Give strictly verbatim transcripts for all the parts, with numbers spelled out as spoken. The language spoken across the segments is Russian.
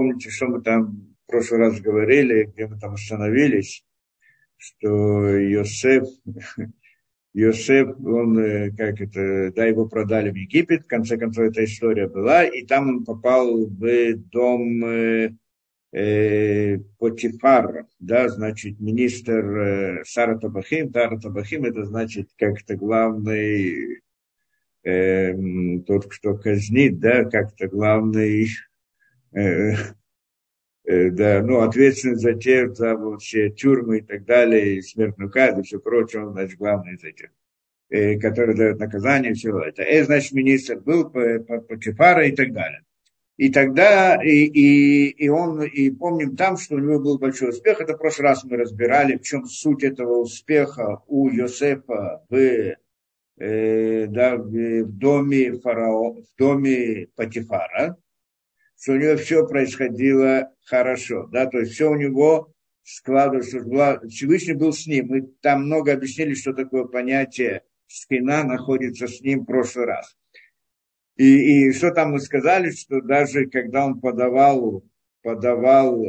помните, что мы там в прошлый раз говорили, где мы там остановились, что Йосеф, Йосеф, он, как это, да, его продали в Египет, в конце концов, эта история была, и там он попал в дом э, э, Потифара, да, значит, министр э, Сара Табахим, Тара Табахим, это значит, как-то главный, э, тот, кто казнит, да, как-то главный, э, э, да, ну, ответственный за те, за вот все тюрьмы и так далее, и смертную казнь, и все прочее, он, значит, главный из этих, э, который дает наказание, все это. И, значит, министр был по, по, по Потифара и так далее. И тогда, и, и, и он, и помним там, что у него был большой успех. Это в прошлый раз мы разбирали, в чем суть этого успеха у Йосефа в, э, да, в доме фараона, в доме Потифара, что у него все происходило хорошо, да, то есть все у него складывалось, что была, Всевышний был с ним. Мы там много объяснили, что такое понятие «шхина» находится с ним в прошлый раз. И, и что там мы сказали, что даже когда он подавал, подавал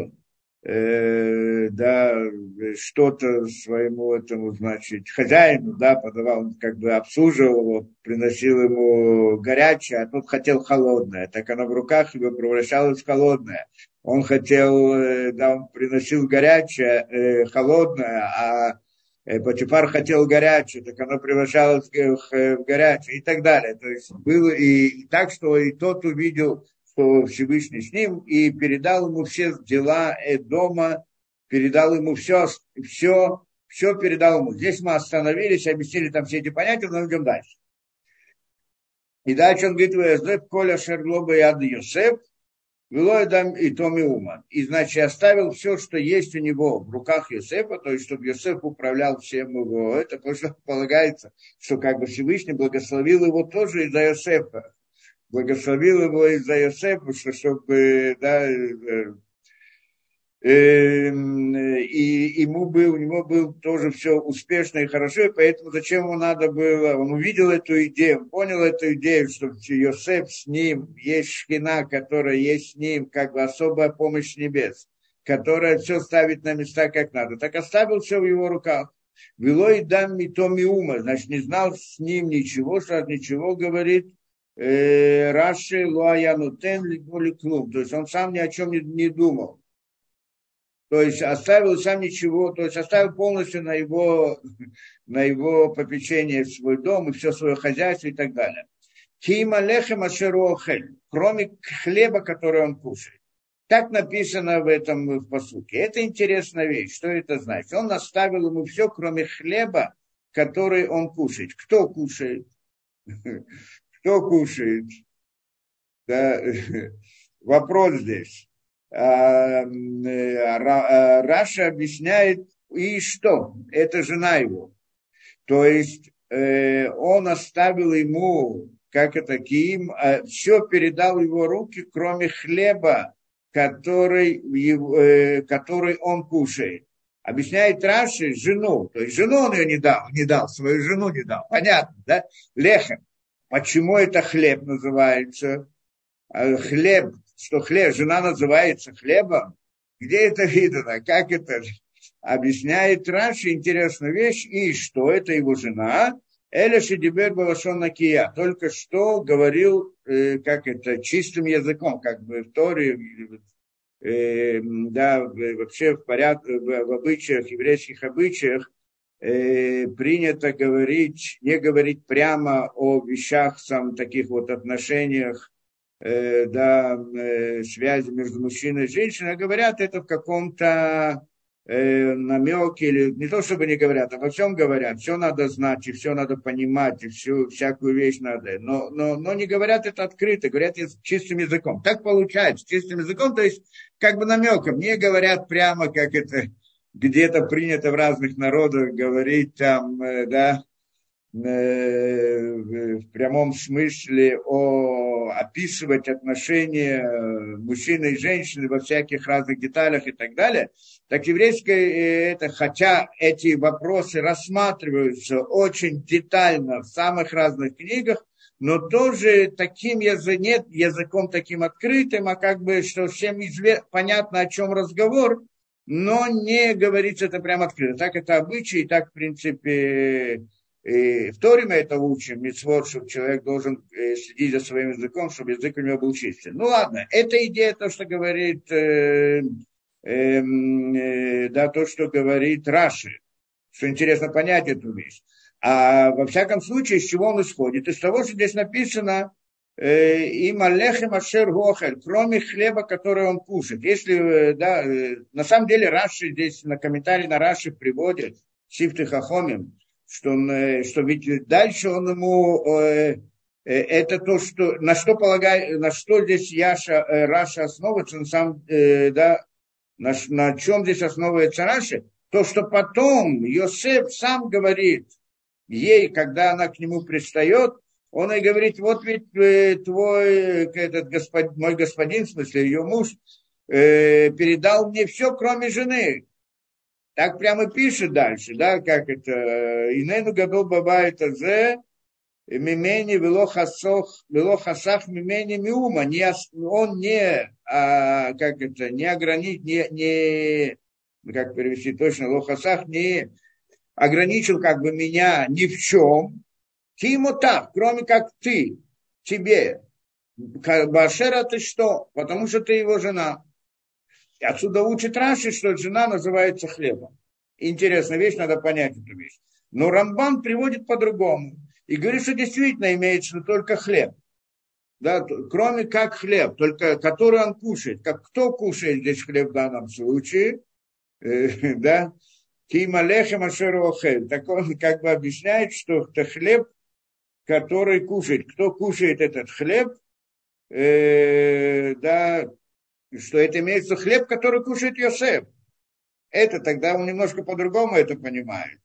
э, да, что-то своему этому, значит, хозяину, да, подавал, он как бы обслуживал его, приносил ему горячее, а тот хотел холодное, так оно в руках его превращалось в холодное. Он хотел, э, да, он приносил горячее, э, холодное, а Потифар хотел горячее, так оно превращалось в горячее и так далее. То есть было и, и так, что и тот увидел, что Всевышний с ним, и передал ему все дела дома, передал ему все, все, все передал ему. Здесь мы остановились, объяснили там все эти понятия, но идем дальше. И дальше он говорит, «Вэздэп коля шерглоба яд Йосеф, Вилоидам и Томи Ума». И, значит, оставил все, что есть у него в руках Йосефа, то есть, чтобы Йосеф управлял всем его. Это потому что полагается, что как бы Всевышний благословил его тоже из-за Йосефа. Благословил его из-за Йосефа, что, чтобы, да, и ему был, у него было тоже все успешно и хорошо, и поэтому зачем ему надо было, он увидел эту идею, он понял эту идею, что Йосеф с ним, есть шхина, которая есть с ним, как бы особая помощь небес, которая все ставит на места как надо, так оставил все в его руках. Вилой дам митоми ума, значит, не знал с ним ничего, что от ничего говорит Раши луаянутен лигули клуб, то есть он сам ни о чем не, не думал. То есть оставил сам ничего, то есть оставил полностью на его, на его попечение свой дом и все свое хозяйство и так далее. Кима лехем ашеру охель, кроме хлеба, который он кушает. Так написано в этом в пасуке. Это интересная вещь. Что это значит? Он оставил ему все, кроме хлеба, который он кушает. Кто кушает? Кто кушает? Да. Вопрос здесь. Раша объясняет, и что? Это жена его. То есть э, он оставил ему, как это Киим, э, все передал в его руки, кроме хлеба, который, э, который он кушает. Объясняет Раши жену. То есть жену он ее не дал, не дал, свою жену не дал. Понятно, да? Лехем. Почему это хлеб называется? Хлеб. Что хлеб, жена называется хлебом, где это видно, как это объясняет Раши интересную вещь, и что это его жена, Эля Шедибер Балашон Накия, только что говорил, э, как это, чистым языком, как бы в Торе, э, да, вообще в порядке, в, в обычаях, еврейских обычаях, э, принято говорить, не говорить прямо о вещах, сам, таких вот отношениях, да, связи между мужчиной и женщиной, а говорят это в каком-то э, намеке, или не то чтобы не говорят, а во всем говорят, все надо знать, и все надо понимать, и всю, всякую вещь надо, но, но, но не говорят это открыто, говорят чистым языком. Так получается, чистым языком, то есть как бы намеком, не говорят прямо, как это где-то принято в разных народах говорить там, э, да, в прямом смысле о, описывать отношения мужчины и женщины во всяких разных деталях и так далее, так еврейское это, хотя эти вопросы рассматриваются очень детально в самых разных книгах, но тоже таким языком, нет языком таким открытым, а как бы, что всем изве- понятно, о чем разговор, но не говорится это прямо открыто. Так это обычай, и так, в принципе, и в Торе мы это учим, мицвот, что человек должен следить за своим языком, чтобы язык у него был чистый. Ну ладно, это идея, то, что говорит, э, э, э, да, то, что говорит Раши, что интересно понять эту вещь. А во всяком случае, из чего он исходит? Из того, что здесь написано им алехем ашер гохель, кроме хлеба, который он кушает. Если, да, на самом деле Раши здесь на комментарии на Раши приводит, Сифты Хахомим, что, он, что ведь дальше он ему, это то, что, на что полагает, на что здесь Яша, Раша основывается, на самом, да, на, на чем здесь основывается Раши, то, что потом Йосеф сам говорит ей, когда она к нему пристает, он ей говорит, вот ведь твой, этот господ, мой господин, в смысле ее муж, э, передал мне все, кроме жены. Так прямо пишет дальше, да, как это, «Инену гадол баба это зе, мимени вело хасох, вело хасах мимени миума». Не, он не, а, как это, не ограничит, не, не, как перевести точно, лохасах не ограничил как бы меня ни в чем, Тимотав, кроме как ты, тебе, Башера ты что? Потому что ты его жена. И отсюда учит Раши, что жена называется хлебом. Интересная вещь, надо понять эту вещь. Но Рамбан приводит по-другому. И говорит, что действительно имеется только хлеб. Да, кроме как хлеб, только который он кушает. Как кто кушает здесь хлеб в данном случае? Э, да? Кима лехем ашер охель. Так он как бы объясняет, что это хлеб, который кушает. Кто кушает этот хлеб, э, да, что это имеется хлеб, который кушает Йосеф. Это тогда он немножко по-другому это понимает.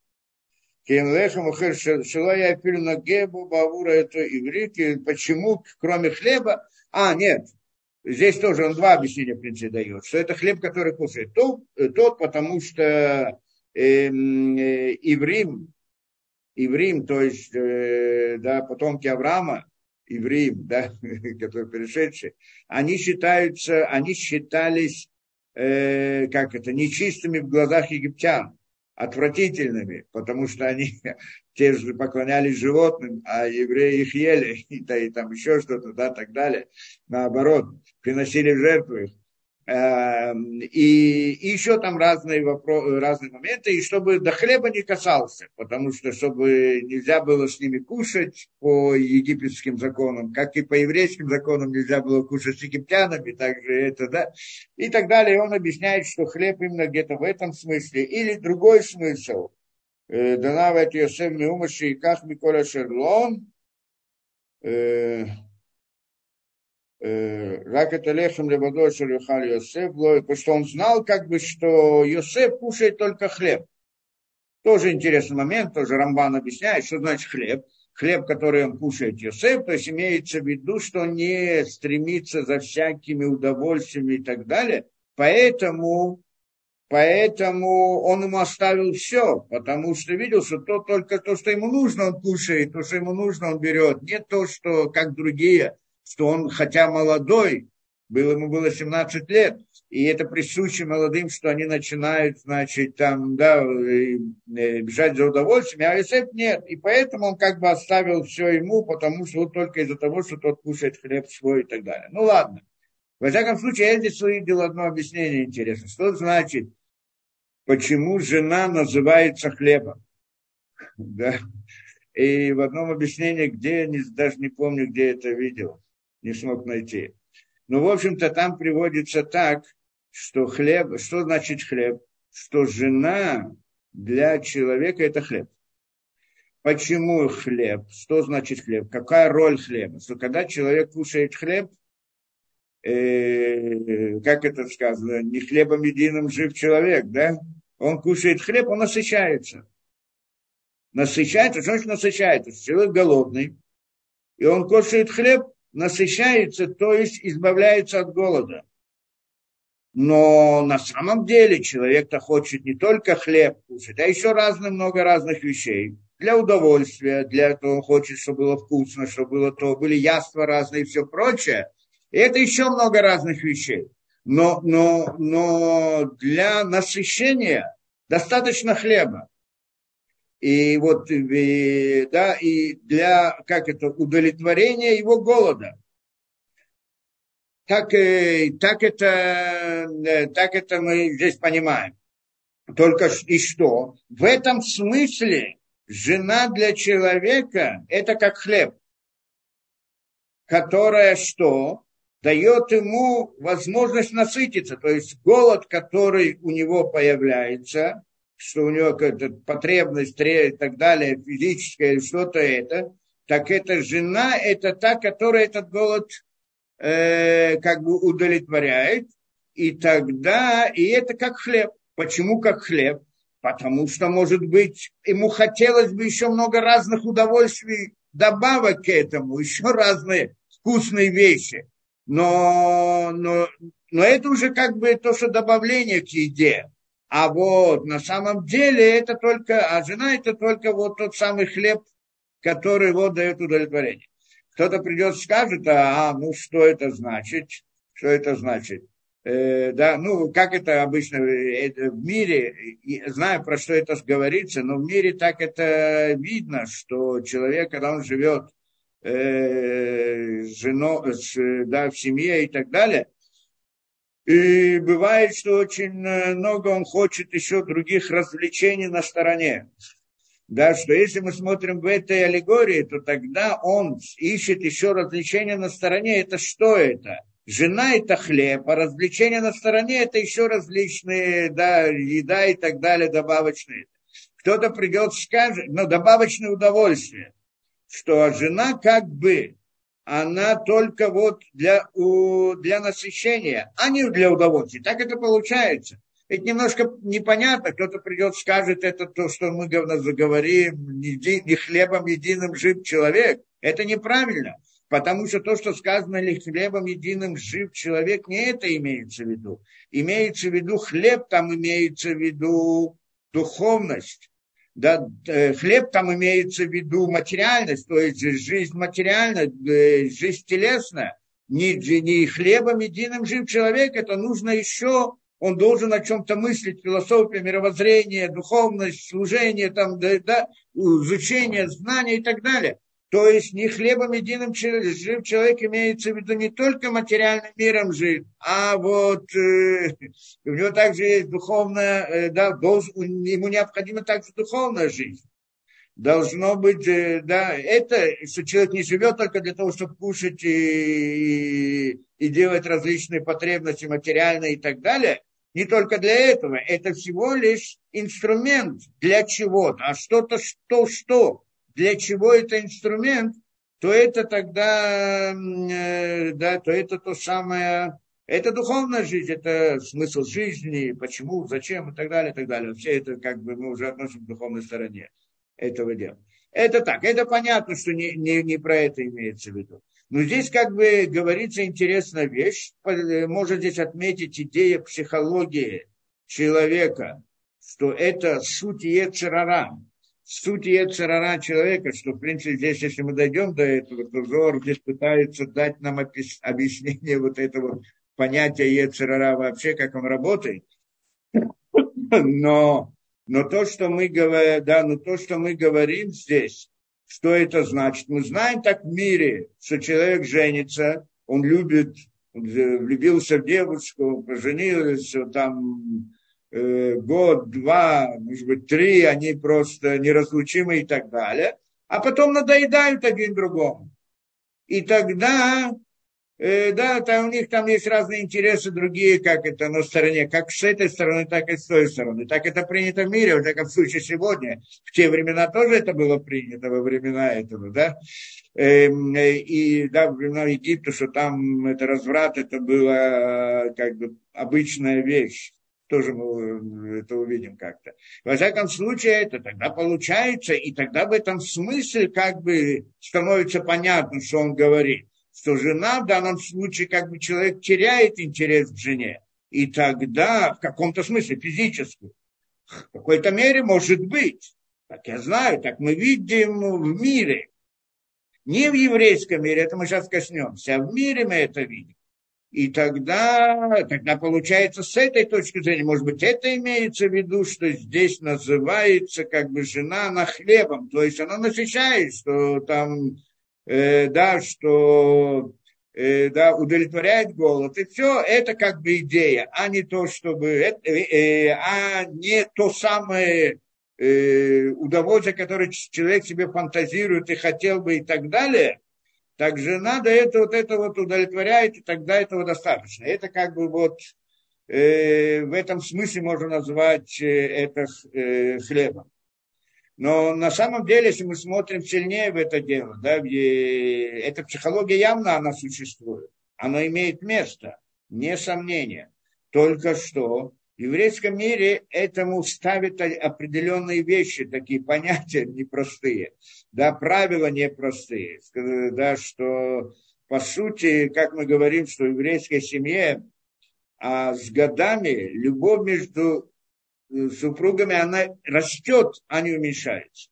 Это иврите. Почему, кроме хлеба? А, нет. Здесь тоже он два объяснения, в принципе, дает. Что это хлеб, который кушает тот, тот потому что э, э, иврим, иврим, то есть, э, да, потомки Авраама, иврим, да, которые перешедшие, они считаются, они считались, э, как это, нечистыми в глазах египтян, отвратительными, потому что они те же поклонялись животным, а евреи их ели, и, и там еще что-то, да, так далее. Наоборот, приносили в жертву их. И, и еще там разные, вопросы, разные моменты, и чтобы до хлеба не касался, потому что чтобы нельзя было с ними кушать по египетским законам, как и по еврейским законам нельзя было кушать с египтянами, также это, да, и так далее. И он объясняет, что хлеб именно где-то в этом смысле, или другой смысл. Данават Йосеф миумаши и ках миколя шерлон, Рак это лехем лебадой шелюхал Йосеф, потому что он знал, как бы, что Йосеф кушает только хлеб. Тоже интересный момент, тоже Рамбан объясняет, что значит хлеб. Хлеб, который он кушает Йосеф, то есть имеется в виду, что он не стремится за всякими удовольствиями и так далее. Поэтому, поэтому он ему оставил все, потому что видел, что то, только то, что ему нужно, он кушает, то, что ему нужно, он берет. Не то, что как другие, что он, хотя молодой, был, ему было семнадцать лет, и это присуще молодым, что они начинают, значит, там, да, бежать за удовольствием, а Йосеф нет, и поэтому он как бы оставил все ему, потому что вот только из-за того, что тот кушает хлеб свой и так далее. Ну ладно. Во всяком случае, я здесь увидел одно объяснение интересное. Что значит, почему жена называется хлебом? Да. И в одном объяснении, где, не, даже не помню, где это видел, не смог найти. Но, в общем-то, там приводится так, что хлеб, что значит хлеб? Что жена для человека – это хлеб. Почему хлеб? Что значит хлеб? Какая роль хлеба? Что когда человек кушает хлеб, э, как это сказано, не хлебом единым жив человек, да? Он кушает хлеб, он насыщается. Насыщается, что значит насыщается? Человек голодный, и он кушает хлеб, насыщается, то есть избавляется от голода. Но на самом деле человек-то хочет не только хлеб кушать, а еще разные, много разных вещей. для удовольствия, для того, он хочет, чтобы было вкусно, чтобы было то, были яства разные и все прочее. И это еще много разных вещей. Но, но, но для насыщения достаточно хлеба. И вот, и, да, и для, как это, удовлетворения его голода. Так, так, это, так это мы здесь понимаем. Только и что? В этом смысле жена для человека – это как хлеб, которая что? Дает ему возможность насытиться. То есть голод, который у него появляется, что у него какая-то потребность и так далее, физическая или что-то это, так эта жена – это та, которая этот голод э, как бы удовлетворяет. И тогда, и это как хлеб. Почему как хлеб? Потому что, может быть, ему хотелось бы еще много разных удовольствий, добавок к этому, еще разные вкусные вещи. Но, но, но это уже как бы то, что добавление к еде. А вот на самом деле это только, а жена это только вот тот самый хлеб, который вот дает удовлетворение. Кто-то придет и скажет, а ну что это значит? Что это значит? Да, ну, как это обычно в мире, знаю, про что это говорится, но в мире так это видно, что человек, когда он живет э, с женой, с, да, в семье и так далее, и бывает, что очень много он хочет еще других развлечений на стороне. Да, что если мы смотрим в этой аллегории, то тогда он ищет еще развлечения на стороне. Это что это? Жена – это хлеб, а развлечения на стороне – это еще различные, да, еда и так далее, добавочные. Кто-то придет и скажет, ну, добавочное удовольствие, что жена как бы, она только вот для, у, для насыщения, а не для удовольствия. Так это получается. Это немножко непонятно, кто-то придет и скажет, это то, что мы заговорим, не хлебом единым жив человек. Это неправильно. Потому что то, что сказано ли хлебом единым жив человек, не это имеется в виду. Имеется в виду хлеб, там имеется в виду духовность. Да, хлеб там имеется в виду материальность, то есть жизнь материальная, жизнь телесная. Не, не хлебом единым жив человек, это нужно еще, он должен о чем-то мыслить, философия, мировоззрение, духовность, служение, там, да, да, изучение, знания и так далее. То есть не хлебом единым жив человек имеется в виду не только материальным миром жив, а вот э, у него также есть духовная, э, да, должен, ему необходима также духовная жизнь. Должно быть, э, да, это, что человек не живет только для того, чтобы кушать и, и, и делать различные потребности материальные и так далее. Не только для этого, это всего лишь инструмент для чего-то, а что-то, что, что. Для чего это инструмент, то это тогда, э, да, то это то самое, это духовная жизнь, это смысл жизни, почему, зачем и так далее, и так далее. Все это как бы мы уже относим к духовной стороне этого дела. Это так, это понятно, что не, не, не про это имеется в виду. Но здесь как бы говорится интересная вещь, можно здесь отметить идея психологии человека, что это суть йецер ара. Суть йецер ара человека, что, в принципе, здесь, если мы дойдем до этого, то Зоар здесь пытается дать нам объяснение вот этого понятия йецер ара вообще, как он работает. Но, но то, что мы говорим, да, но то, что мы говорим здесь, что это значит? Мы знаем так в мире, что человек женится, он любит, он влюбился в девушку, поженился, там... год, два, может быть, три, они просто неразлучимы и так далее, а потом надоедают один другому. И тогда, э, да, там у них там есть разные интересы другие, как это на стороне, как с этой стороны, так и с той стороны. Так это принято в мире, во всяком случае сегодня. В те времена тоже это было принято, во времена этого, да. Э, и, да, во времена Египта, что там это разврат, это была как бы обычная вещь. Тоже мы это увидим как-то. Во всяком случае, это тогда получается, и тогда в этом смысле как бы становится понятно, что он говорит, что жена в данном случае как бы человек теряет интерес к жене, и тогда в каком-то смысле физически, в какой-то мере может быть, Так я знаю, так мы видим в мире. Не в еврейском мире, это мы сейчас коснемся, а в мире мы это видим. И тогда, тогда получается с этой точки зрения, может быть, это имеется в виду, что здесь называется как бы жена на хлебом, то есть она насыщает, что там, э, да, что, э, да, удовлетворяет голод, и все, это как бы идея, а не то, чтобы, э, э, а не то самое э, удовольствие, которое человек себе фантазирует и хотел бы и так далее. Так жена да это вот это вот удовлетворяет, и тогда этого достаточно. Это как бы вот э, в этом смысле можно назвать э, это э, хлебом. Но на самом деле, если мы смотрим сильнее в это дело, да, где эта психология явно она существует, она имеет место, не сомнение. Только что в еврейском мире этому ставят определенные вещи, такие понятия непростые, да, правила непростые, да, что по сути, как мы говорим, что в еврейской семье а с годами любовь между супругами, она растет, а не уменьшается.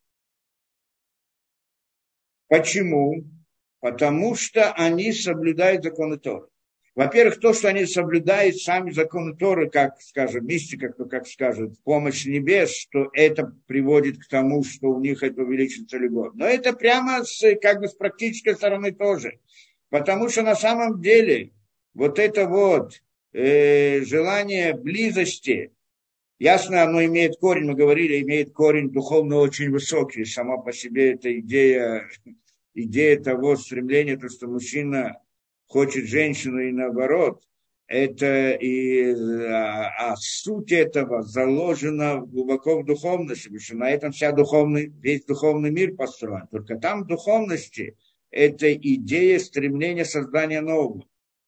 Почему? Потому что они соблюдают законы Торы. Во-первых, то, что они соблюдают сами законы Торы, как, скажем, мистика, кто как скажет, помощь небес, что это приводит к тому, что у них это увеличится любовь. Но это прямо с, как бы с практической стороны тоже. Потому что на самом деле вот это вот э, желание близости, ясно, оно имеет корень, мы говорили, имеет корень духовно очень высокий. Сама по себе эта идея, идея того стремления, то, что мужчина хочет женщину и наоборот, это и а, а суть этого заложена глубоко в духовности, потому что на этом вся духовный, весь духовный мир построен. Только там в духовности это идея стремления создания нового,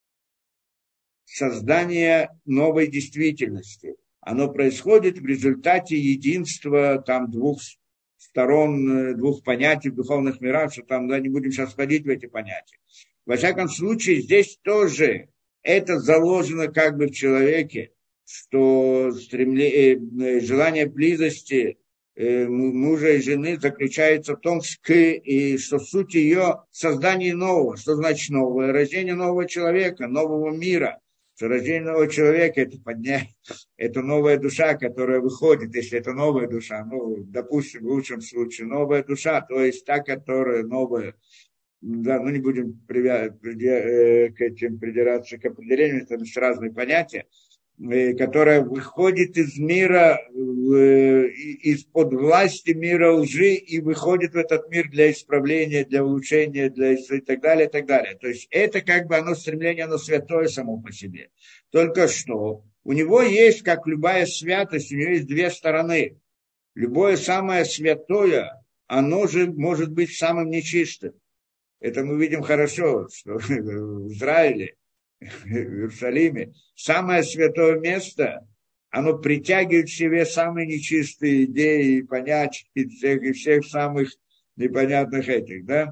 создания новой действительности. Оно происходит в результате единства там двух сторон, двух понятий в духовных мирах, что там, да, не будем сейчас входить в эти понятия. Во всяком случае, здесь тоже это заложено как бы в человеке, что стремление, желание близости мужа и жены заключается в том, что суть ее создание нового. Что значит новое? Рождение нового человека, нового мира. Что рождение нового человека – это поднять, это новая душа, которая выходит, если это новая душа, ну, допустим, в лучшем случае, новая душа, то есть та, которая новая. Да, ну не будем привя... приди... к этим придираться к определению, это разные понятия, которая выходит из мира, из-под власти мира лжи и выходит в этот мир для исправления, для улучшения, для и так далее, и так далее. То есть это как бы оно стремление, оно святое само по себе. Только что у него есть, как любая святость, у него есть две стороны. Любое самое святое, оно же может быть самым нечистым. Это мы видим хорошо, что в Израиле, в Иерусалиме, самое святое место, оно притягивает к себе самые нечистые идеи и понятия, и всех, и всех самых непонятных этих, да?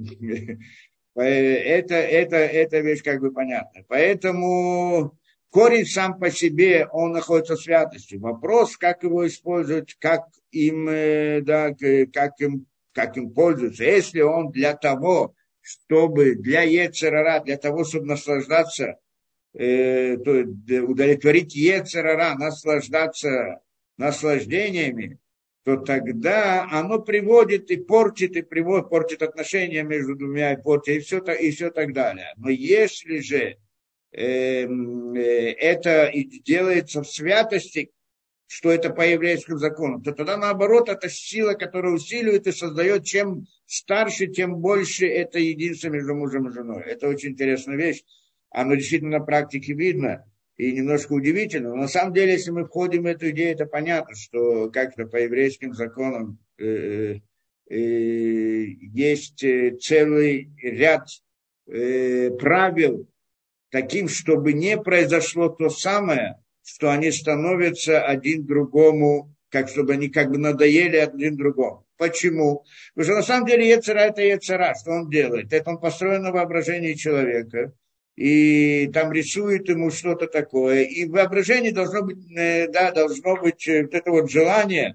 Это, это, это вещь как бы понятна. Поэтому корень сам по себе, он находится в святости. Вопрос, как его использовать, как им, да, как им как им пользуются, если он для того, чтобы для йецер ара, для того, чтобы наслаждаться, э, то, удовлетворить йецер ара, наслаждаться наслаждениями, то тогда оно приводит и портит, и приводит, портит отношения между двумя, и портит, и все, и все так далее. Но если же э, э, это делается в святости, что это по еврейскому закону, то тогда наоборот, это сила, которая усиливает и создает, чем старше, тем больше это единство между мужем и женой. Это очень интересная вещь. Оно действительно на практике видно и немножко удивительно. Но на самом деле, если мы входим в эту идею, это понятно, что как-то по еврейским законам э, э, есть целый ряд э, правил, таким, чтобы не произошло то самое, что они становятся один другому, как чтобы они как бы надоели один другому. Почему? Потому что на самом деле йецер ара это йецер ара. Что он делает? Это он построен на воображении человека. И там рисует ему что-то такое. И в воображении должно быть, да, должно быть вот это вот желание,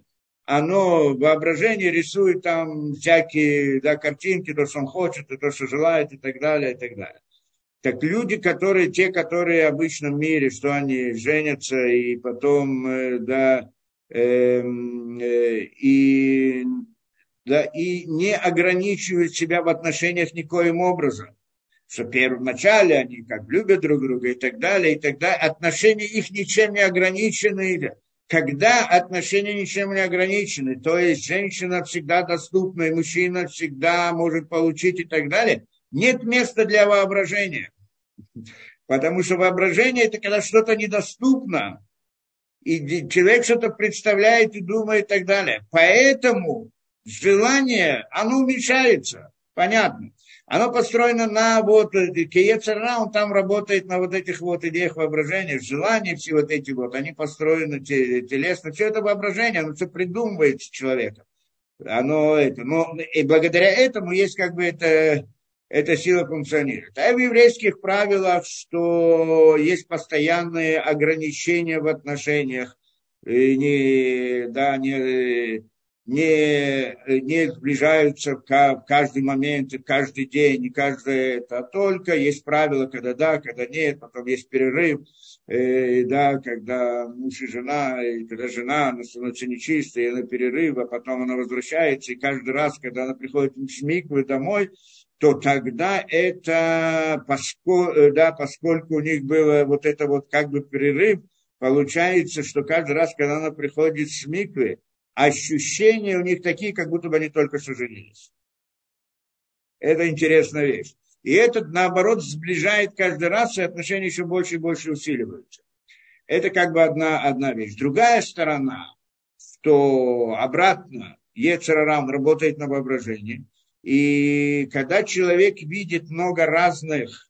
оно, воображение рисует там всякие, да, картинки, то, что он хочет, и то, что желает, и так далее, и так далее. Так люди, которые, те, которые в обычном мире, что они женятся и потом, э, да, э, э, и, да, и не ограничивают себя в отношениях никоим образом. Что первоначале они как любят друг друга и так далее, и так далее. Отношения их ничем не ограничены. Когда отношения ничем не ограничены, то есть женщина всегда доступна, и мужчина всегда может получить и так далее, нет места для воображения. Потому что воображение – это когда что-то недоступно, и человек что-то представляет и думает и так далее. Поэтому желание, оно уменьшается, понятно. Оно построено на вот, Киецера, он там работает на вот этих вот идеях воображения, желания, все вот эти вот, они построены телесно, все это воображение, оно все придумывается человеком. Оно это, но и благодаря этому есть как бы это, эта сила функционирует. А в еврейских правилах, что есть постоянные ограничения в отношениях, и не, да, не, не, не сближаются в каждый момент, каждый день, не каждое это, а только есть правила, когда да, когда нет, потом есть перерыв, э, да, когда муж и жена, и когда жена, она становится нечистой, и на перерыв, а потом она возвращается, и каждый раз, когда она приходит в микву домой, то тогда это, поскольку, да, поскольку у них было вот это вот как бы перерыв, получается, что каждый раз, когда она приходит с миквы, ощущения у них такие, как будто бы они только что женились. Это интересная вещь. И это, наоборот, сближает каждый раз, и отношения еще больше и больше усиливаются. Это как бы одна, одна вещь. Другая сторона, что обратно, Йецер ара работает на воображении. И когда человек видит много разных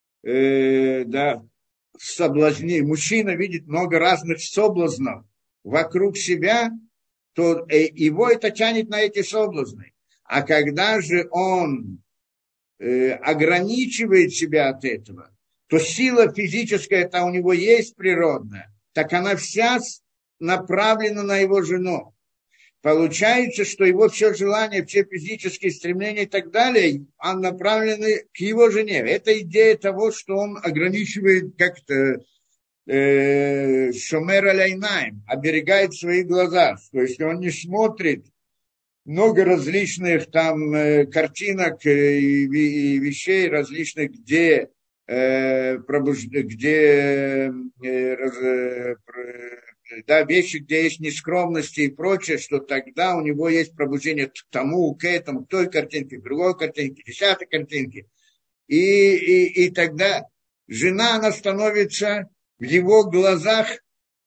э, да, соблазнений, мужчина видит много разных соблазнов вокруг себя, то его это тянет на эти соблазны. А когда же он э, ограничивает себя от этого, то сила физическая-то у него есть природная, так она вся направлена на его жену. Получается, что его все желания, все физические стремления и так далее, он направлены к его жене. Это идея того, что он ограничивает как-то шомер аляйнаим, оберегает свои глаза. То есть он не смотрит много различных там э, картинок и, и вещей различных, где, э, пробуж... где э, раз... э, да, вещи, где есть нескромности и прочее, что тогда у него есть пробуждение к тому, к этому, к той картинке, к другой картинке, к десятой картинке. И, и, и тогда жена, она становится в его глазах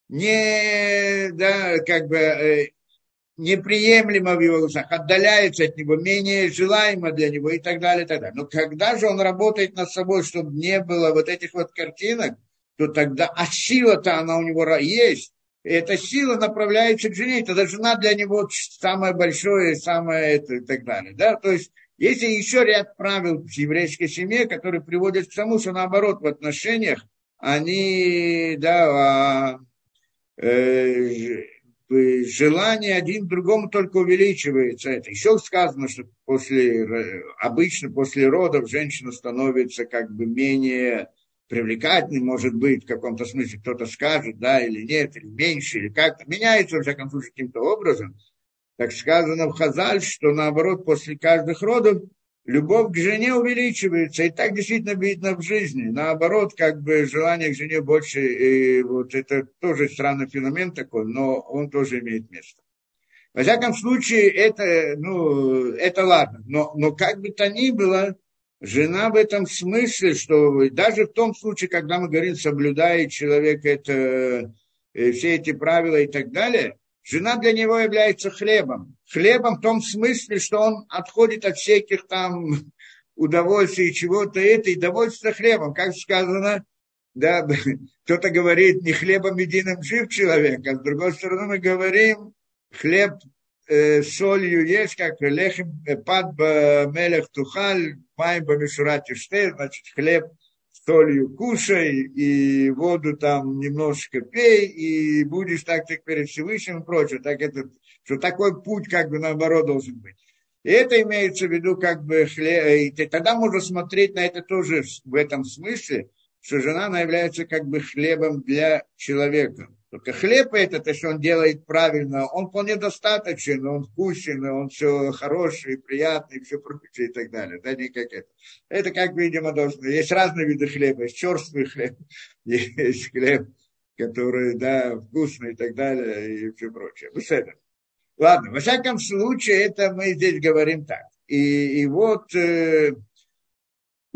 не, да, как бы, неприемлемо в его глазах, отдаляется от него, менее желаемо для него и так далее, и так далее. Но когда же он работает над собой, чтобы не было вот этих вот картинок, то тогда, а сила-то она у него есть, и эта сила направляется к жене, тогда жена для него самое большое, самое это и так далее. Да? То есть есть еще ряд правил в еврейской семье, которые приводят к тому, что наоборот в отношениях они, да, э, желание один другому только увеличивается. Это еще сказано, что после, обычно после родов женщина становится как бы менее привлекательной, может быть, в каком-то смысле кто-то скажет, да, или нет, или меньше, или как-то меняется, во всяком случае, каким-то образом. Так сказано в Хазаль, что наоборот, после каждых родов любовь к жене увеличивается, и так действительно видно в жизни. Наоборот, как бы желание к жене больше, и вот это тоже странный феномен такой, но он тоже имеет место. Во всяком случае, это, ну, это ладно. Но, но как бы то ни было, жена в этом смысле, что даже в том случае, когда мы говорим, соблюдает человек это, все эти правила и так далее, жена для него является хлебом. Хлебом в том смысле, что он отходит от всяких там удовольствий, чего-то это, и довольствуется хлебом. Как сказано, да, кто-то говорит, не хлебом единым жив человек, а с другой стороны мы говорим, хлеб э, солью есть, как лехем пад мелех тухаль, май бамишурат юште, значит, хлеб солью кушай, и воду там немножечко пей, и будешь так-то перед Всевышним и прочее. Так это, что такой путь, как бы, наоборот, должен быть. И это имеется в виду, как бы, хлеб. И тогда можно смотреть на это тоже в этом смысле, что жена, она является, как бы, хлебом для человека. Только хлеб этот, если он делает правильно, он вполне достаточен, он вкусен, он все хороший, приятный, все прочее и так далее. Да, не как это. Это, как, видимо, должно. Есть разные виды хлеба. Есть черствый хлеб, есть хлеб, который, да, вкусный и так далее, и все прочее. Беседа. Ладно, во всяком случае, это мы здесь говорим так. И, и вот... Э, и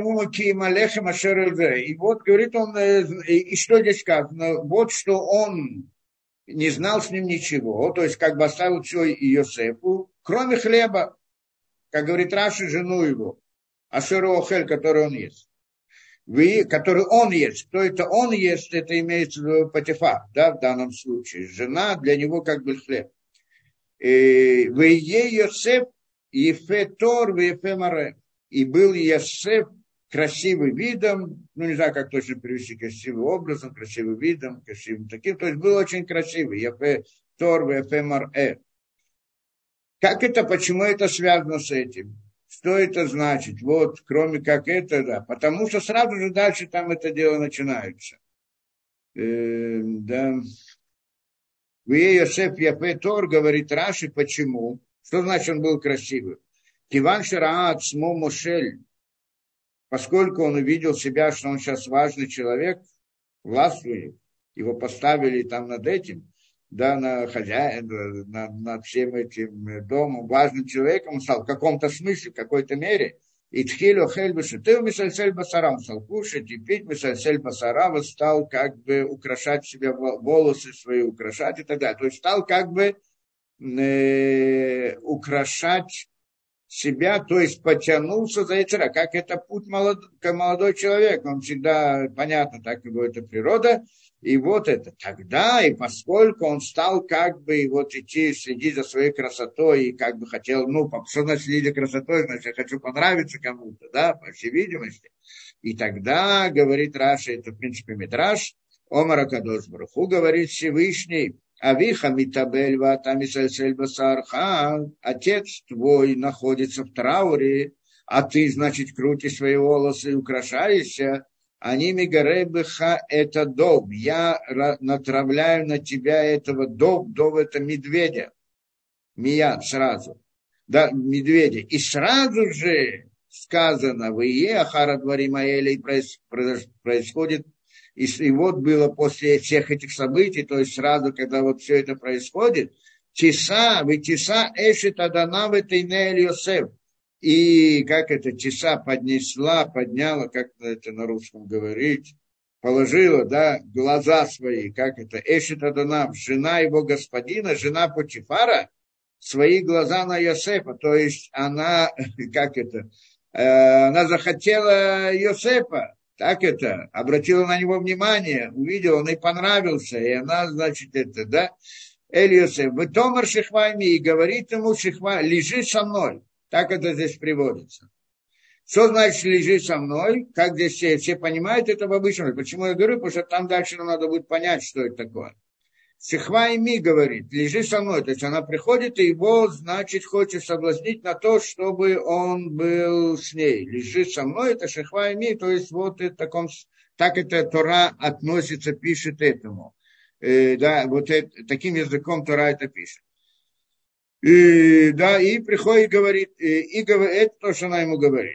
вот, говорит он, и, и что здесь сказано? Вот что он не знал с ним ничего, то есть как бы оставил все Йосефу, кроме хлеба, как говорит Раши, жену его, Ашеру Охель, который он ест. Вы, который он ест. Кто это он ест, это имеется в виду Патифар, да, в данном случае. Жена для него как бы хлеб. Вы е Йосеф, Ефе Тор, Ефе Маре. И был Йосеф красивым видом, ну, не знаю, как точно перевести, красивым образом, красивым видом, красивым таким, то есть был очень красивый, Йосеф Тор, Йосеф Маре. Как это, почему это связано с этим? Что это значит? Вот, кроме как это, да, потому что сразу же дальше там это дело начинается. Э, да. В Йосеф Йосеф Тор, говорит Раши, почему? Что значит он был красивым? Киван Шараат Смо Мошель, поскольку он увидел себя, что он сейчас важный человек, властвует, его поставили там над этим, да, на хозяина, над, над всем этим домом, важным человеком, он стал в каком-то смысле, в какой-то мере, и тхилю хельбеши, ты мисальсель басара, он стал кушать и пить, мисальсель басара, вот стал как бы украшать себе волосы свои, украшать и так далее, то есть стал как бы э, украшать себя, то есть потянулся за яйцера, как это путь молод, молодой человек, он всегда, понятно, так его это природа, и вот это тогда, и поскольку он стал как бы вот идти, следить за своей красотой, и как бы хотел, ну, что значит следить за красотой, значит, я хочу понравиться кому-то, да, по всей видимости, и тогда, говорит Раша, это в принципе Мидраш, Омар Акадош Барух Ху, говорит Всевышний, Авиха митабель ватамисальсель басарха, отец твой находится в трауре, а ты, значит, крутишь свои волосы и украшаешься, они мигаребеха это доб, я натравляю на тебя этого доб, доб это медведя, мияд сразу, да, медведя, и сразу же сказано, в Ие Ахара Дваримаэля, происходит. И, и вот было после всех этих событий, то есть сразу, когда вот все это происходит, Тиса, вы Тиса Эшет Аданав Тейнель Йосеф. И как это Тиса поднесла, подняла, как это на русском говорить, положила, да, глаза свои, как это, Эшет Аданав, жена его господина, жена Потифара, свои глаза на Йосефа, то есть она, как это, э, она захотела Йосефа. Так это, обратила на него внимание, увидела, он ей понравился, и она, значит, это, да, Эль Йосеф, вы Томар Шихвайми, и говорит ему Шихвай, лежи со мной, так это здесь приводится. Что значит лежи со мной, как здесь все, все понимают это в обычном, почему я говорю, потому что там дальше нам надо будет понять, что это такое. Шихвайми говорит, лежи со мной, то есть она приходит, и его, значит, хочет соблазнить на то, чтобы он был с ней. Лежи со мной, это Шихвайми, то есть вот это, таком, так это Тора относится, пишет этому. Э, да, вот это, таким языком Тора это пишет. И, да, и приходит и говорит, и, и говорит, это то, что она ему говорит.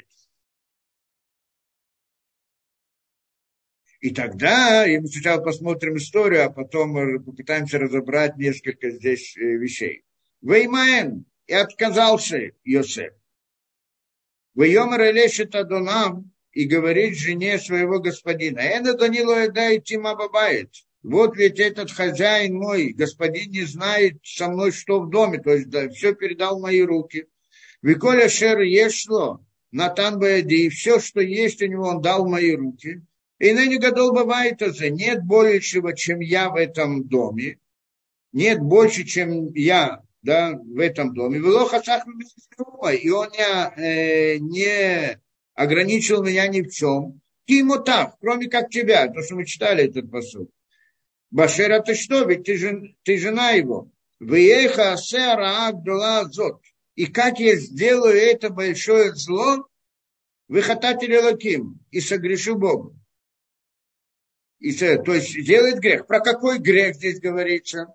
И тогда, и мы сначала посмотрим историю, а потом попытаемся разобрать несколько здесь вещей. Веймаэн, и отказался Йосеф. Вейомар элешет Адонам, и говорит жене своего господина, «Эна Данило Эдай Тима Бабает». Вот ведь этот хозяин мой, господин не знает со мной, что в доме, то есть да, все передал в мои руки. Виколя Шер ешло, Натан Баэди, и все, что есть у него, он дал в мои руки. И ныне гадол бывает это, нет большего, чем я в этом доме, нет больше, чем я, да, в этом доме. И он не, э, не ограничил меня ни в чем. Кимотав, кроме как тебя, то, что мы читали этот посуд. Башера, ты что, ведь ты, жен, ты жена его. Вееха асера абдула зот. И как я сделаю это большое зло, вы хотатели лаким, и согрешу Богу. И, то есть делает грех. Про какой грех здесь говорится?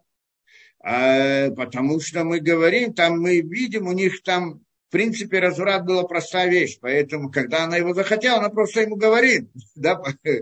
А, потому что мы говорим, там мы видим, у них там, в принципе, разврат была простая вещь. Поэтому, когда она его захотела, она просто ему говорит, да,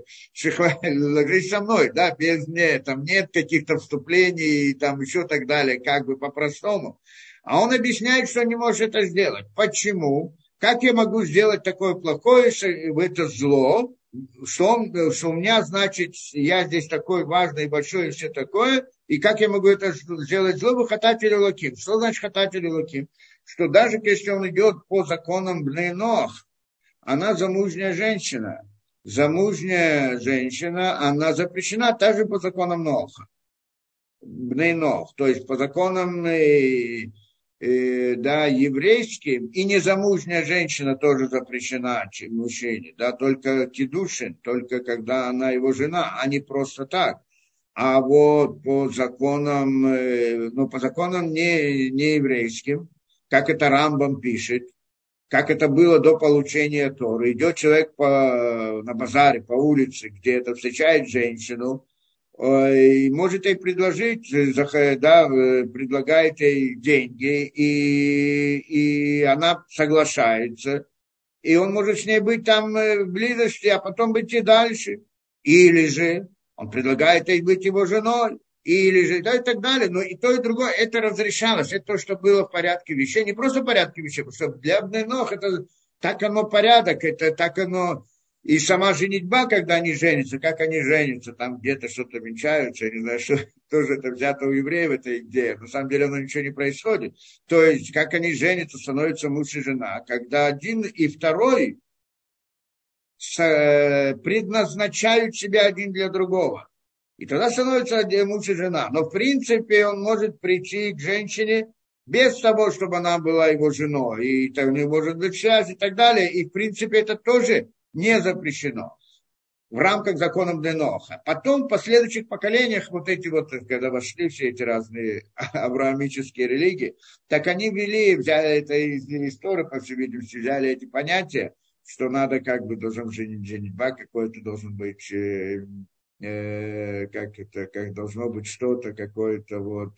ложись со мной, да, без мне, там нет каких-то вступлений, там еще так далее, как бы по-простому. А он объясняет, что не может это сделать. Почему? Как я могу сделать такое плохое, это зло, что, он, что у меня, значит, я здесь такой важный, большой и все такое, и как я могу это сделать зло, вы хататель лаким. Что значит хататель лаким? Что даже если он идет по законам Бней Ноах, она замужняя женщина. Замужняя женщина, она запрещена также по законам Ноаха. Бней Ноах, то есть по законам э, э, да, еврейским, и незамужняя женщина тоже запрещена мужчине, да, только кидушин, только когда она его жена, а не просто так. А вот по законам, э, ну, по законам не, не еврейским, как это Рамбам пишет, как это было до получения Торы, идет человек по, на базаре, по улице, где-то встречает женщину, и может ей предложить, да, предлагает ей деньги, и, и она соглашается, и он может с ней быть там в близости, а потом быть и дальше. Или же он предлагает ей быть его женой, или же, да, и так далее. Но и то, и другое, это разрешалось, это то, что было в порядке вещей, не просто в порядке вещей, потому что для Бней Ноах это так оно порядок, это так оно... И сама женитьба, когда они женятся, как они женятся, там где-то что-то венчаются, я не знаю, что тоже это взято у евреев, эта идея. На самом деле оно ничего не происходит. То есть, как они женятся, становятся муж и жена. Когда один и второй предназначают себя один для другого. И тогда становятся муж и жена. Но в принципе он может прийти к женщине без того, чтобы она была его женой. И там не может быть связь и так далее. И в принципе это тоже не запрещено в рамках закона Бней Ноаха. Потом в последующих поколениях, вот эти вот, когда вошли все эти разные авраамические религии, так они ввели, взяли это из истории, по всей видимости, взяли эти понятия, что надо как бы должен женить, женитьба, какой-то должен быть, э, э, как это, как должно быть что-то, какое-то вот,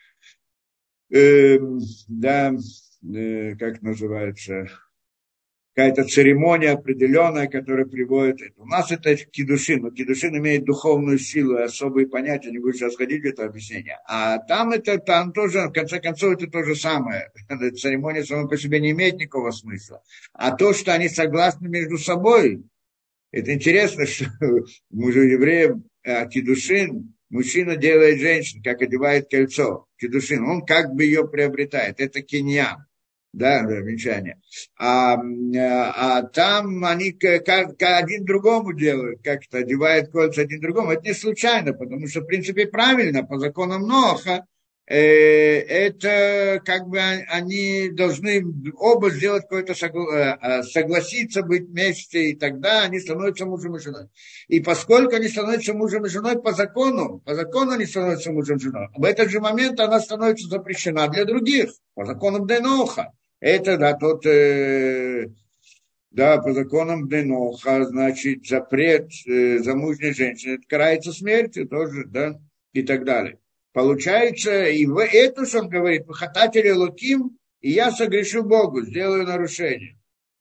э, да, э, как называется, какая-то церемония определенная, которая приводит это. У нас это кидушин, но кидушин имеет духовную силу и особые понятия, не буду сейчас ходить в это объяснение. А там это, там тоже, в конце концов, это то же самое. Церемония сама по себе не имеет никакого смысла. А то, что они согласны между собой, это интересно, что мужу евреев кидушин, мужчина делает женщину, как одевает кольцо, кидушин, он как бы ее приобретает, это киньян. Да, да, венчание. А, а там они как, один другому делают, как-то одевают кольца один другому. Это не случайно, потому что, в принципе, правильно, по законам Ноаха, э, это как бы они должны оба сделать какое-то согла- согласиться быть вместе, и тогда они становятся мужем и женой. И поскольку они становятся мужем и женой по закону, по закону они становятся мужем и женой, в этот же момент она становится запрещена для других, по законам Бней Ноаха. Это, да, тот, э, да, по законам Бней Ноаха, значит, запрет э, замужней женщины, это карается смертью тоже, да, и так далее. Получается, и в это, что он говорит, «Хататели луким, и я согрешу Богу, сделаю нарушение».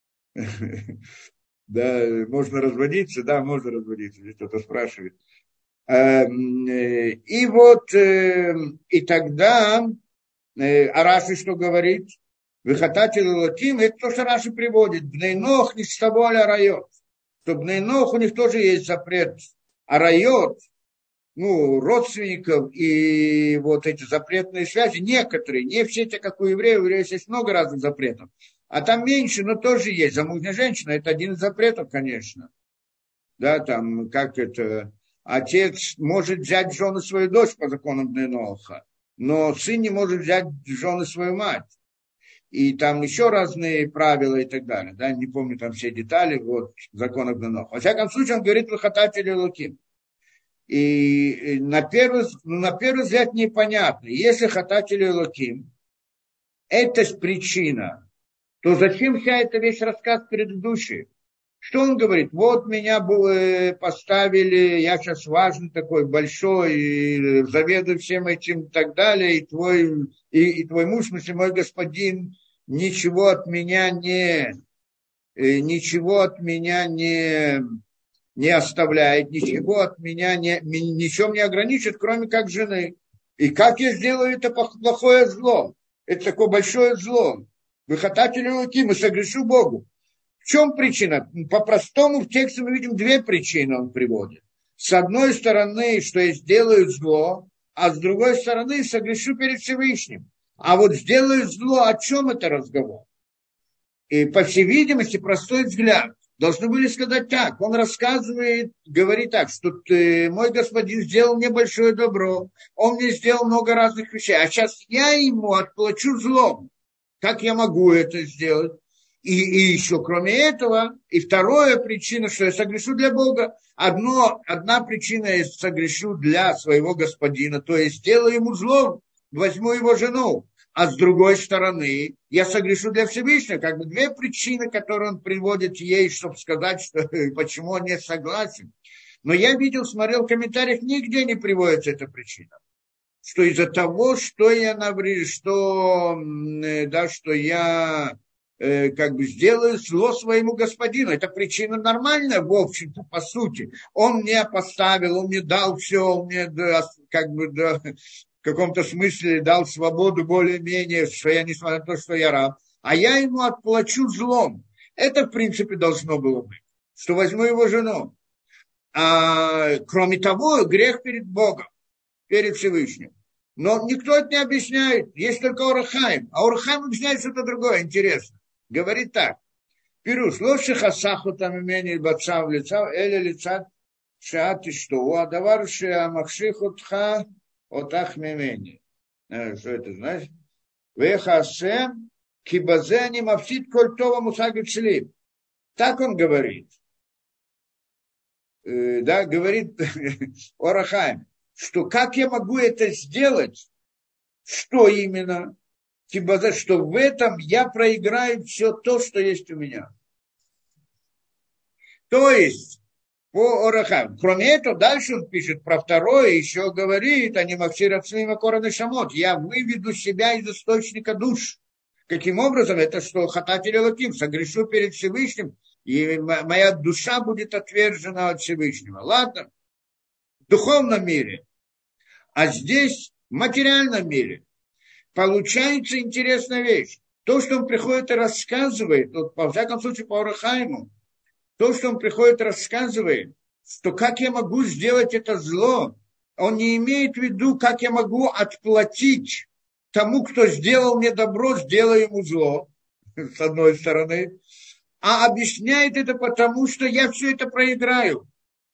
Да, можно разводиться, да, можно разводиться, здесь кто-то спрашивает. И вот, и тогда, а Раши что говорит? Выхататель латим, это то, что Раши приводит. Бней Ноах не с тобой арайот. То Бней Ноах у них тоже есть запрет арайот, ну, родственников и вот эти запретные связи. Некоторые, не все те, как у евреев. У евреев есть много разных запретов. А там меньше, но тоже есть. Замужняя женщина, это один из запретов, конечно. Да, там, как это, отец может взять в жену свою дочь по законам Бней Ноаха, но сын не может взять в жену свою мать. и там еще разные правила и так далее. Да? Не помню там все детали, вот, законов Ноха. Во всяком случае, он говорит «Вахататель Элоким». И на первый, ну, на первый взгляд непонятно. Если «Хататель Элоким» – это причина, то зачем вся эта весь рассказ предыдущий? Что он говорит? Вот меня поставили, я сейчас важный такой, большой, и заведую всем этим и так далее, и твой, и, и твой муж, в смысле, мой господин, ничего от меня не, ничего от меня не, не оставляет, ничего от меня не, ничем не ограничит, кроме как жены. И как я сделаю это плохое зло? Это такое большое зло. Вы хотите руки, мы согрешу Богу. В чем причина? По-простому в тексте мы видим две причины он приводит. С одной стороны, что я сделаю зло, а с другой стороны, согрешу перед Всевышним. А вот сделаю зло, о чем это разговор? И, по всей видимости, простой взгляд. Должны были сказать так. Он рассказывает, говорит так, что ты, мой господин сделал мне большое добро, он мне сделал много разных вещей, а сейчас я ему отплачу злом. Как я могу это сделать? И, и еще кроме этого, и вторая причина, что я согрешу для Бога. Одно, одна причина, я согрешу для своего господина, то есть сделаю ему зло, возьму его жену. А с другой стороны, я согрешу для Всевышнего. Как бы две причины, которые он приводит ей, чтобы сказать, что, почему он не согласен. Но я видел, смотрел в комментариях, нигде не приводится эта причина. Что из-за того, что я наврежу, что, да, что я э, как бы сделаю зло своему господину. Это причина нормальная, в общем-то, по сути. Он мне поставил, он мне дал все, он мне да, как бы да, в каком-то смысле дал свободу более-менее, что я, несмотря на то, что я раб. А я ему отплачу злом. Это, в принципе, должно было быть. Что возьму его жену. А, кроме того, грех перед Богом, перед Всевышним. Но никто это не объясняет. Есть только Орахаим. А Орахаим объясняет что-то другое, интересно. Говорит так. Пируш, лоши хасаху там имени бацав лица, эля лица шаати что, а давар шеа махшихутха отах мемени. Что это значит? Вехасем кибазени мавсит кольтова мусагит шлим. Так он говорит. Да, говорит Орахаим. Что как я могу это сделать, что именно, типа, что в этом я проиграю все то, что есть у меня. То есть, по Орахам. Кроме этого, дальше он пишет про второе, еще говорит, они махширацлима корона шамот, я выведу себя из источника душ. Каким образом? Это что хататель Элоким, согрешу перед Всевышним, и моя душа будет отвержена от Всевышнего. Ладно? В духовном мире. А здесь, в материальном мире, получается интересная вещь. То, что он приходит и рассказывает, вот, во всяком случае, по Орахайму, то, что он приходит и рассказывает, что как я могу сделать это зло, он не имеет в виду, как я могу отплатить тому, кто сделал мне добро, сделаю ему зло, с одной стороны, а объясняет это потому, что я все это проиграю.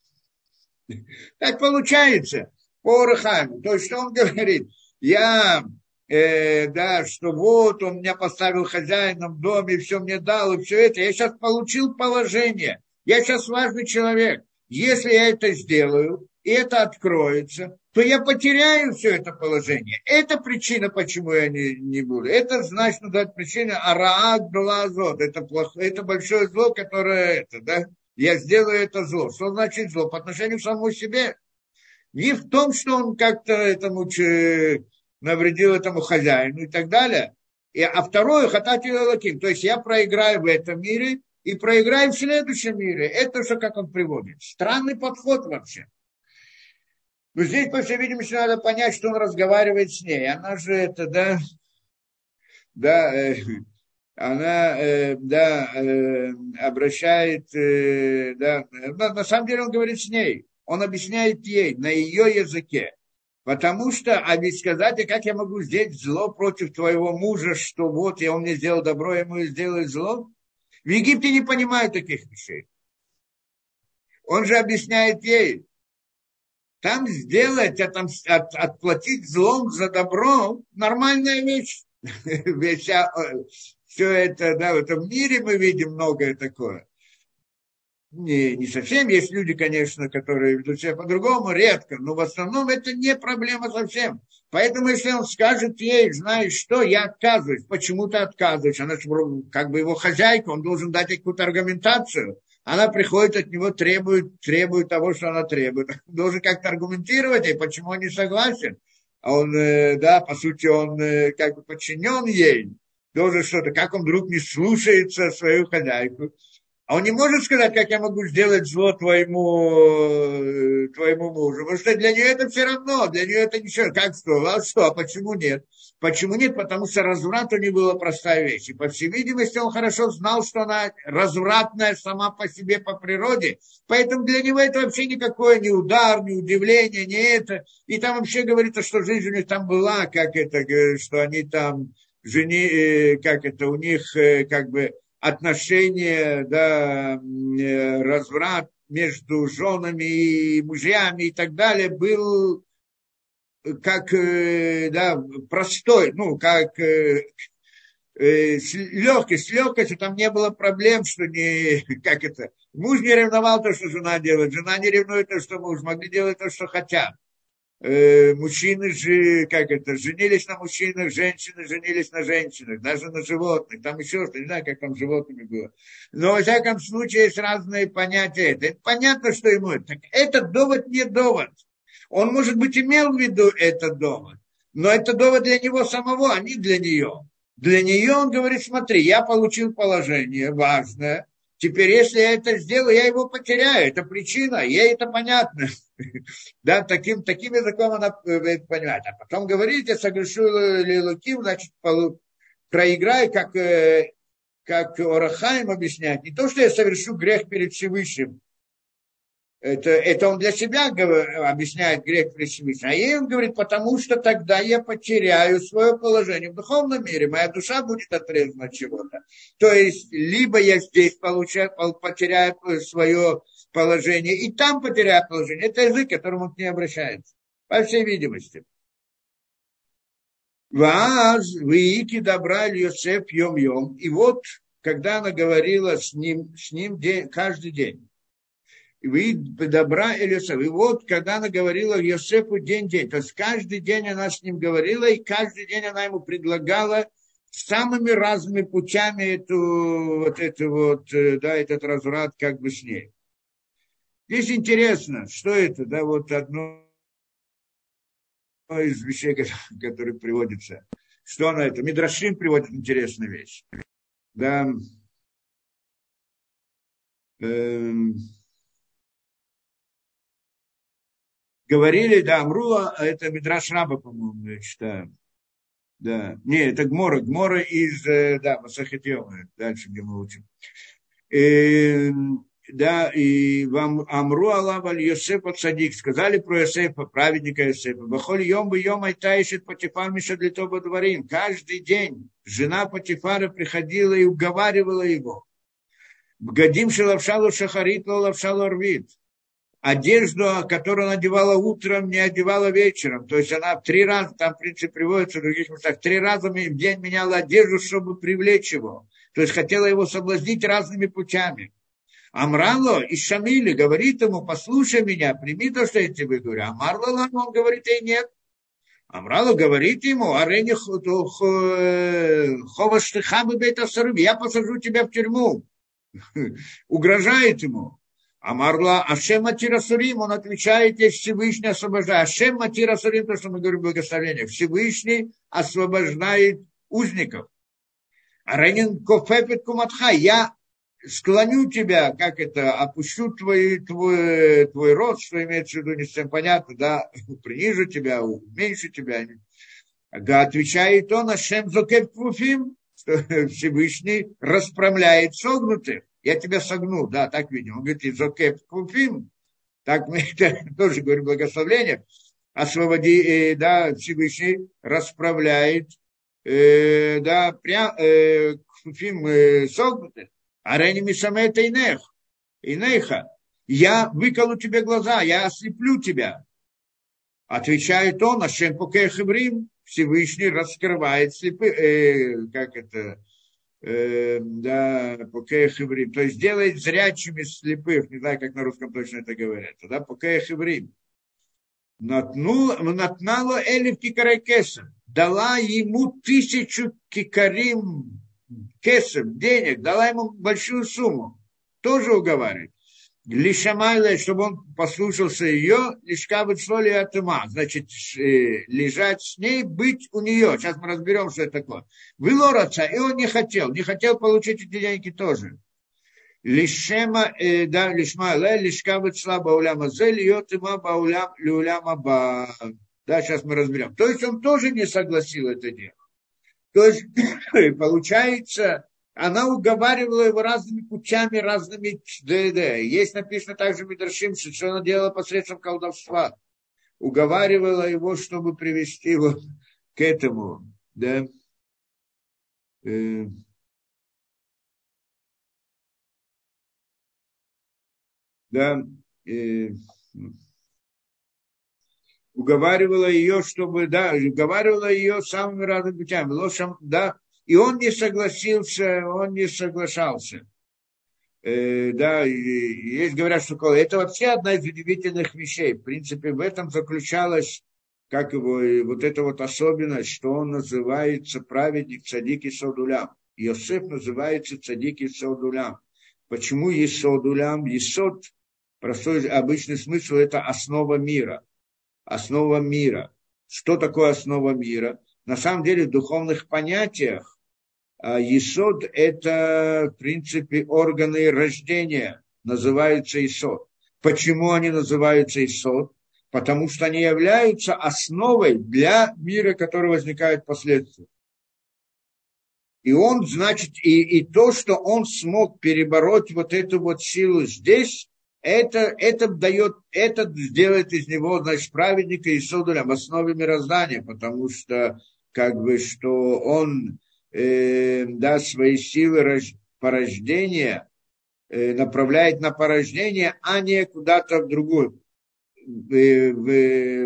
Так получается. По Орахайму. То есть, что он говорит? Я, э, да, что вот он меня поставил хозяином в доме, все мне дал, и все это. Я сейчас получил положение. Я сейчас важный человек. Если я это сделаю, и это откроется, то я потеряю все это положение. Это причина, почему я не, не буду. Это значит, ну, да, причина араат блазот. Это плохое, это большое зло, которое это, да. Я сделаю это зло. Что значит зло? По отношению к самому себе. Не в том, что он как-то этому навредил этому хозяину и так далее. И, а второе, хататель Элоким. То есть я проиграю в этом мире и проиграю в следующем мире. Это что, как он приводит. Странный подход вообще. Но здесь, по всей видимости, надо понять, что он разговаривает с ней. Она же это, да, да, э, она, э, да, э, обращает, э, да, на, на самом деле он говорит с ней. Он объясняет ей на ее языке. Потому что, а ведь сказать, а как я могу сделать зло против твоего мужа, что вот, и он мне сделал добро, я ему сделаю зло? В Египте не понимают таких вещей. Он же объясняет ей. Там сделать, от, от, отплатить злом за добро, нормальная вещь. Вся, все это, да, в этом мире мы видим многое такое. Не, не совсем. Есть люди, конечно, которые ведут себя по-другому, редко, но в основном это не проблема совсем. Поэтому, если он скажет ей, знаешь что, я отказываюсь, почему ты отказываешь? Она же как бы его хозяйка, он должен дать ей какую-то аргументацию. Она приходит от него, требует, требует того, что она требует. Он должен как-то аргументировать ей, почему он не согласен. А он, да, по сути, он как бы подчинен ей. Должен что-то, как он вдруг не слушается свою хозяйку. А он не может сказать, как я могу сделать зло твоему, твоему мужу. Потому что для нее это все равно, для нее это ничего. Как что? А что? А почему нет? Почему нет? Потому что разврат у нее была простая вещь. И, по всей видимости, он хорошо знал, что она развратная сама по себе, по природе. Поэтому для него это вообще никакое не удар, не удивление, не это. И там вообще говорится, что жизнь у них там была, как это, что они там, жени, как это, у них как бы отношения, да, разврат между женами и мужьями и так далее был как, да, простой, ну, как с легкостью, с легкостью, там не было проблем, что не, как это, муж не ревновал то, что жена делает, жена не ревнует то, что муж, могли делать то, что хотят. Э, мужчины же, как это, женились на мужчинах, женщины женились на женщинах, даже на животных, там еще что, не знаю, как там с животными было. Но, во всяком случае, есть разные понятия. Это, это понятно, что ему это. Так этот довод не довод. Он, может быть, имел в виду этот довод, но это довод для него самого, а не для нее. Для нее он говорит, смотри, я получил положение важное, теперь, если я это сделаю, я его потеряю. Это причина, ей это понятно. Да, таким, таким языком она это понимает. А потом говорит, я согрешу Лилуким, значит, проиграю, как, как Орахаим объясняет. Не то, что я совершу грех перед Всевышним. Это, это он для себя объясняет грех перед Всевышним. А ей он говорит, потому что тогда я потеряю свое положение в духовном мире. Моя душа будет отрезана от чего-то. То есть, либо я здесь получаю, потеряю свое положение, и там потеряю положение. Это язык, к которому он к ней обращается. По всей видимости. Вааз, виики добра Йосеф йом-йом. И вот, когда она говорила с ним, с ним день, каждый день. Вы добра Йосеф. И вот, когда она говорила Йосефу день-день, то есть каждый день она с ним говорила, и каждый день она ему предлагала самыми разными путями эту, вот эту вот, да, этот разврат как бы с ней. Здесь интересно, что это, да, вот одно из вещей, которые приводится. Что она это? Мидрашим приводит интересную вещь. Да. Эм, говорили, да, Амрула, это Мидраш Раба, по-моему, я читаю. Да. Не, это Гмора. Гмора из, да, Масахет Йома, дальше, где мы учим. Эм, да, и вам Амру Аллах Йосефа Цадик, сказали про Йосефа, праведника Йосефа. Бахоль йом бы йом айтаишет Патифар Миша для того дворим. Каждый день жена Патифара приходила и уговаривала его. Бгадим шелавшалу шахарит, лавшалу рвит. Одежду, которую она одевала утром, не одевала вечером. То есть она три раза, там в принципе приводится в других местах, три раза в день меняла одежду, чтобы привлечь его. То есть хотела его соблазнить разными путями. Амрало и Шамили говорит ему, послушай меня, прими то, что я тебе говорю. Амарло, он говорит ей нет. Амрало говорит ему, арени ховаштыхамы бейтасарым, я посажу тебя в тюрьму. Угрожает ему. Амарла, Ашем Матирасурим, он отвечает, есть Всевышний освобождает. Ашем Матирасурим, то, что мы говорим в благословении. Всевышний освобождает узников. Аренин Кофепет Куматха, я склоню тебя, как это, опущу твой, твой, твой рост, что имеется в виду, не совсем понятно, да, принижу тебя, уменьшу тебя. Да, отвечает он, Ашем Зокет Квуфим, что Всевышний расправляет согнутых. Я тебя согну, да, так видим. Он говорит, Зокет Квуфим, так мы это тоже говорим благословление, освободи, э, да, Всевышний расправляет, э, да, прям, э, Квуфим э, согнутых. Арени мишамет инех, инеха. Я выколу тебе глаза, я ослеплю тебя. Отвечает он, Ашем покех иврим, Всевышний раскрывает слепых, э, как это, э, да, покеях иврим, то есть делает зрячими слепых, не знаю, как на русском точно это говорят, да, покеях иврим. Натнало элев кикарей кесем, дала ему тысячу кикарим кесем, денег, дала ему большую сумму, тоже уговаривает. Лишамайла, чтобы он послушался ее, лишка выцлоли от ума. Значит, э, лежать с ней, быть у нее. Сейчас мы разберем, что это такое. Вылораца, и он не хотел. Не хотел получить эти деньги тоже. Лишема, э, да, лишмайла, лишка выцла бауляма зе, льет има баулям, люляма ба. Да, сейчас мы разберем. То есть он тоже не согласил это дело. То есть, получается... Она уговаривала его разными путями, разными... Да, да. Есть написано также в Мидрашим, что она делала посредством колдовства. Уговаривала его, чтобы привести его к этому. Да. Э... Да. Э... Уговаривала ее, чтобы... Да, уговаривала ее самыми разными путями. Лошам, да. И он не согласился, он не соглашался. Э, да, и, и есть, говорят, что это вообще одна из удивительных вещей. В принципе, в этом заключалась, как его, вот эта вот особенность, что он называется праведник цадик Есод улям. Йосеф называется цадик Есод улям. Почему Есод улям? Есод, простой обычный смысл, это основа мира. Основа мира. Что такое основа мира? На самом деле, в духовных понятиях, Есод – это, в принципе, органы рождения, называются Есод. Почему они называются Есод? Потому что они являются основой для мира, который возникает впоследствии. И он, значит, и, и то, что он смог перебороть вот эту вот силу здесь, это, это дает, это сделает из него, значит, праведника Есода в основе мироздания, потому что, как бы, что он... Э, да, свои силы рож... порождения э, направляет на порождение, а не куда-то в другую, в, в,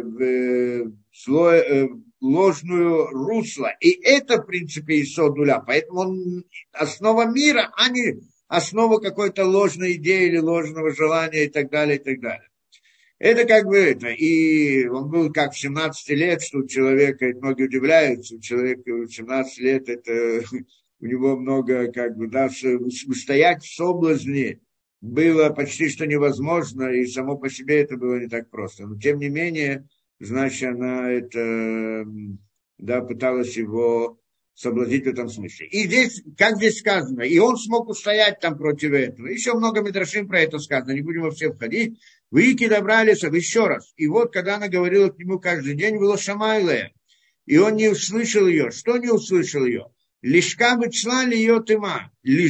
в зло, э, ложную русло. И это, в принципе, Есод улям. Поэтому он основа мира, а не основа какой-то ложной идеи или ложного желания и так далее, и так далее. Это как бы это. И он был как в семнадцать лет, что у человека, и многие удивляются, у человека в семнадцать лет, это у него много, как бы, да, устоять в соблазне было почти что невозможно, и само по себе это было не так просто. Но тем не менее, значит, она это, да, пыталась его соблазнить в этом смысле. И здесь, как здесь сказано, и он смог устоять там против этого. Еще много мидрашим про это сказано, не будем во все входить. Вики добрались, еще раз. И вот, когда она говорила к нему каждый день, было Шамайле, и он не услышал ее. Что не услышал ее? Лишка бычла ли ее тыма,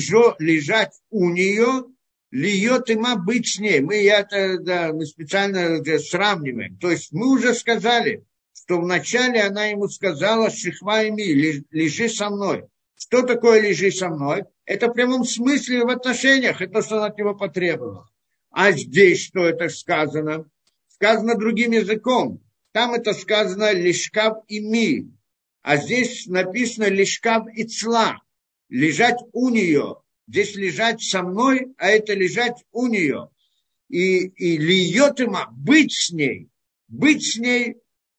лежать у нее, ли ее тыма быть с ней. Мы это, да, мы специально сравниваем. То есть мы уже сказали, что вначале она ему сказала, шихвайми, лежи со мной. Что такое лежи со мной? Это в прямом смысле в отношениях, это что она от него потребовала. А здесь что это сказано? Сказано другим языком. Там это сказано лишкав и ми. А здесь написано лишкав и цла. Лежать у нее. Здесь лежать со мной, а это лежать у нее. И, и льетыма, быть с ней. Быть с ней,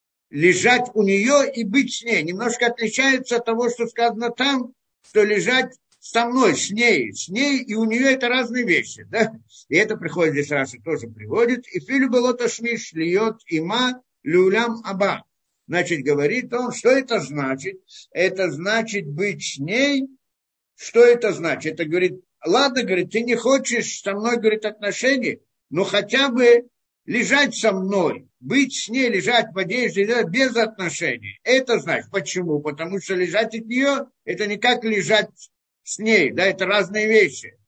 лежать у нее и быть с ней. Немножко отличается от того, что сказано там, что лежать со мной, с ней, с ней, и у нее это разные вещи, да? И это приходит здесь Раши тоже приводит. И филю было ташмиш, льет има, люлям аба. Значит, говорит он, что это значит? Это значит быть с ней. Что это значит? Это говорит, ладно, говорит, ты не хочешь со мной, говорит, отношений, но хотя бы лежать со мной, быть с ней, лежать в одежде без отношений. Это значит, почему? Потому что лежать от нее, это не как лежать с ней, да, это разные вещи.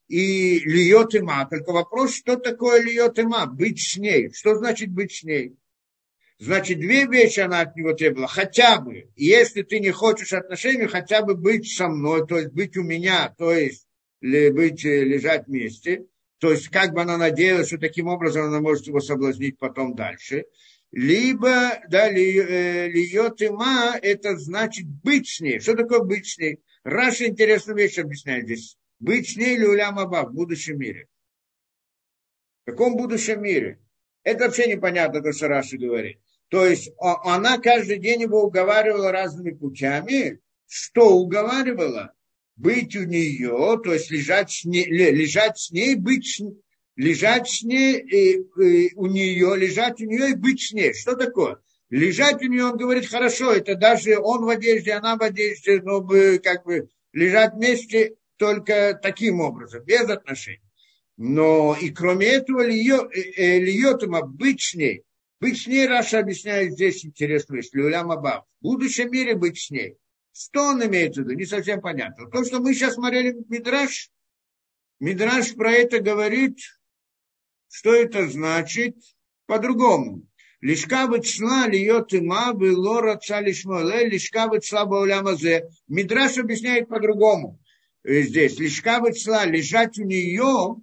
И льет има, только вопрос, что такое льет има, быть с ней, что значит быть с ней? Значит, две вещи она от него требовала, хотя бы, если ты не хочешь отношений, хотя бы быть со мной, то есть быть у меня, то есть быть, лежать вместе, то есть как бы она надеялась, что таким образом она может его соблазнить потом дальше. либо, да, ли, э, льет има, это значит быть с ней. Что такое быть с ней? Раша интересную вещь объясняет здесь. Быть с ней люлям аба в будущем мире. В каком будущем мире? Это вообще непонятно, то, что Раши говорит. То есть она каждый день его уговаривала разными путями. Что уговаривала? Быть у нее, то есть лежать с ней, лежать с ней, быть с ней. Лежать с ней и, и у нее, лежать у нее и быть с ней. Что такое? Лежать у нее, он говорит, хорошо, это даже он в одежде, она в одежде, но бы, как бы лежать вместе только таким образом, без отношений. Но и кроме этого, льетом быть с ней. Быть с ней, Раша объясняет здесь интересную вещь. Люлям аба. В будущем мире быть с ней. Что он имеет в виду? Не совсем понятно. То, что мы сейчас смотрели Мидраш, Мидраш про это говорит, что это значит по-другому. Лишка вычла льет има было раца лишмоле, лишка вычла баулямазе. Мидраш объясняет по-другому. Здесь лишка вычла лежать у нее,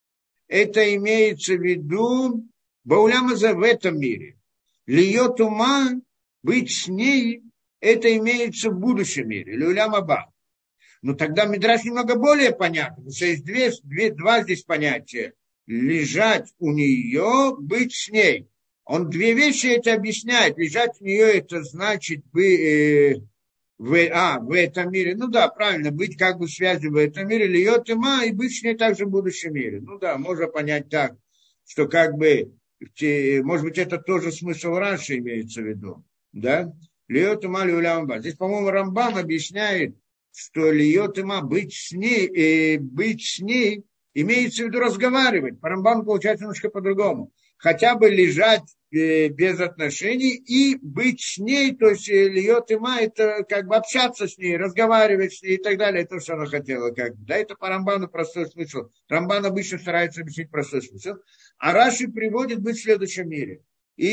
это имеется в виду баулямазе в этом мире. Льет ума, быть с ней, это имеется в будущем мире. Люлям аба. Но тогда Мидраш немного более понятно, потому что есть две, две, два здесь понятия. Лежать у нее, быть с ней. Он две вещи это объясняет. Лежать у нее, это значит быть, э, в, а, в этом мире. Ну да, правильно, быть как бы в связи в этом мире. Льет има и быть с ней также в будущем мире. Ну да, можно понять так, что как бы, может быть, это тоже смысл раньше имеется в виду. Да? Льет има люлям ба. Здесь, по-моему, Рамбам объясняет, что льет има быть с ней, э, быть с ней, имеется в виду разговаривать. По Рамбаму получается немножко по-другому. Хотя бы лежать э, без отношений и быть с ней, то есть э, льет има, это как бы общаться с ней, разговаривать с ней и так далее. Это, что она хотела. Как бы. Да, это по Рамбану простой смысл. Рамбан обычно старается объяснить простой смысл. А Раши приводит быть в следующем мире. И,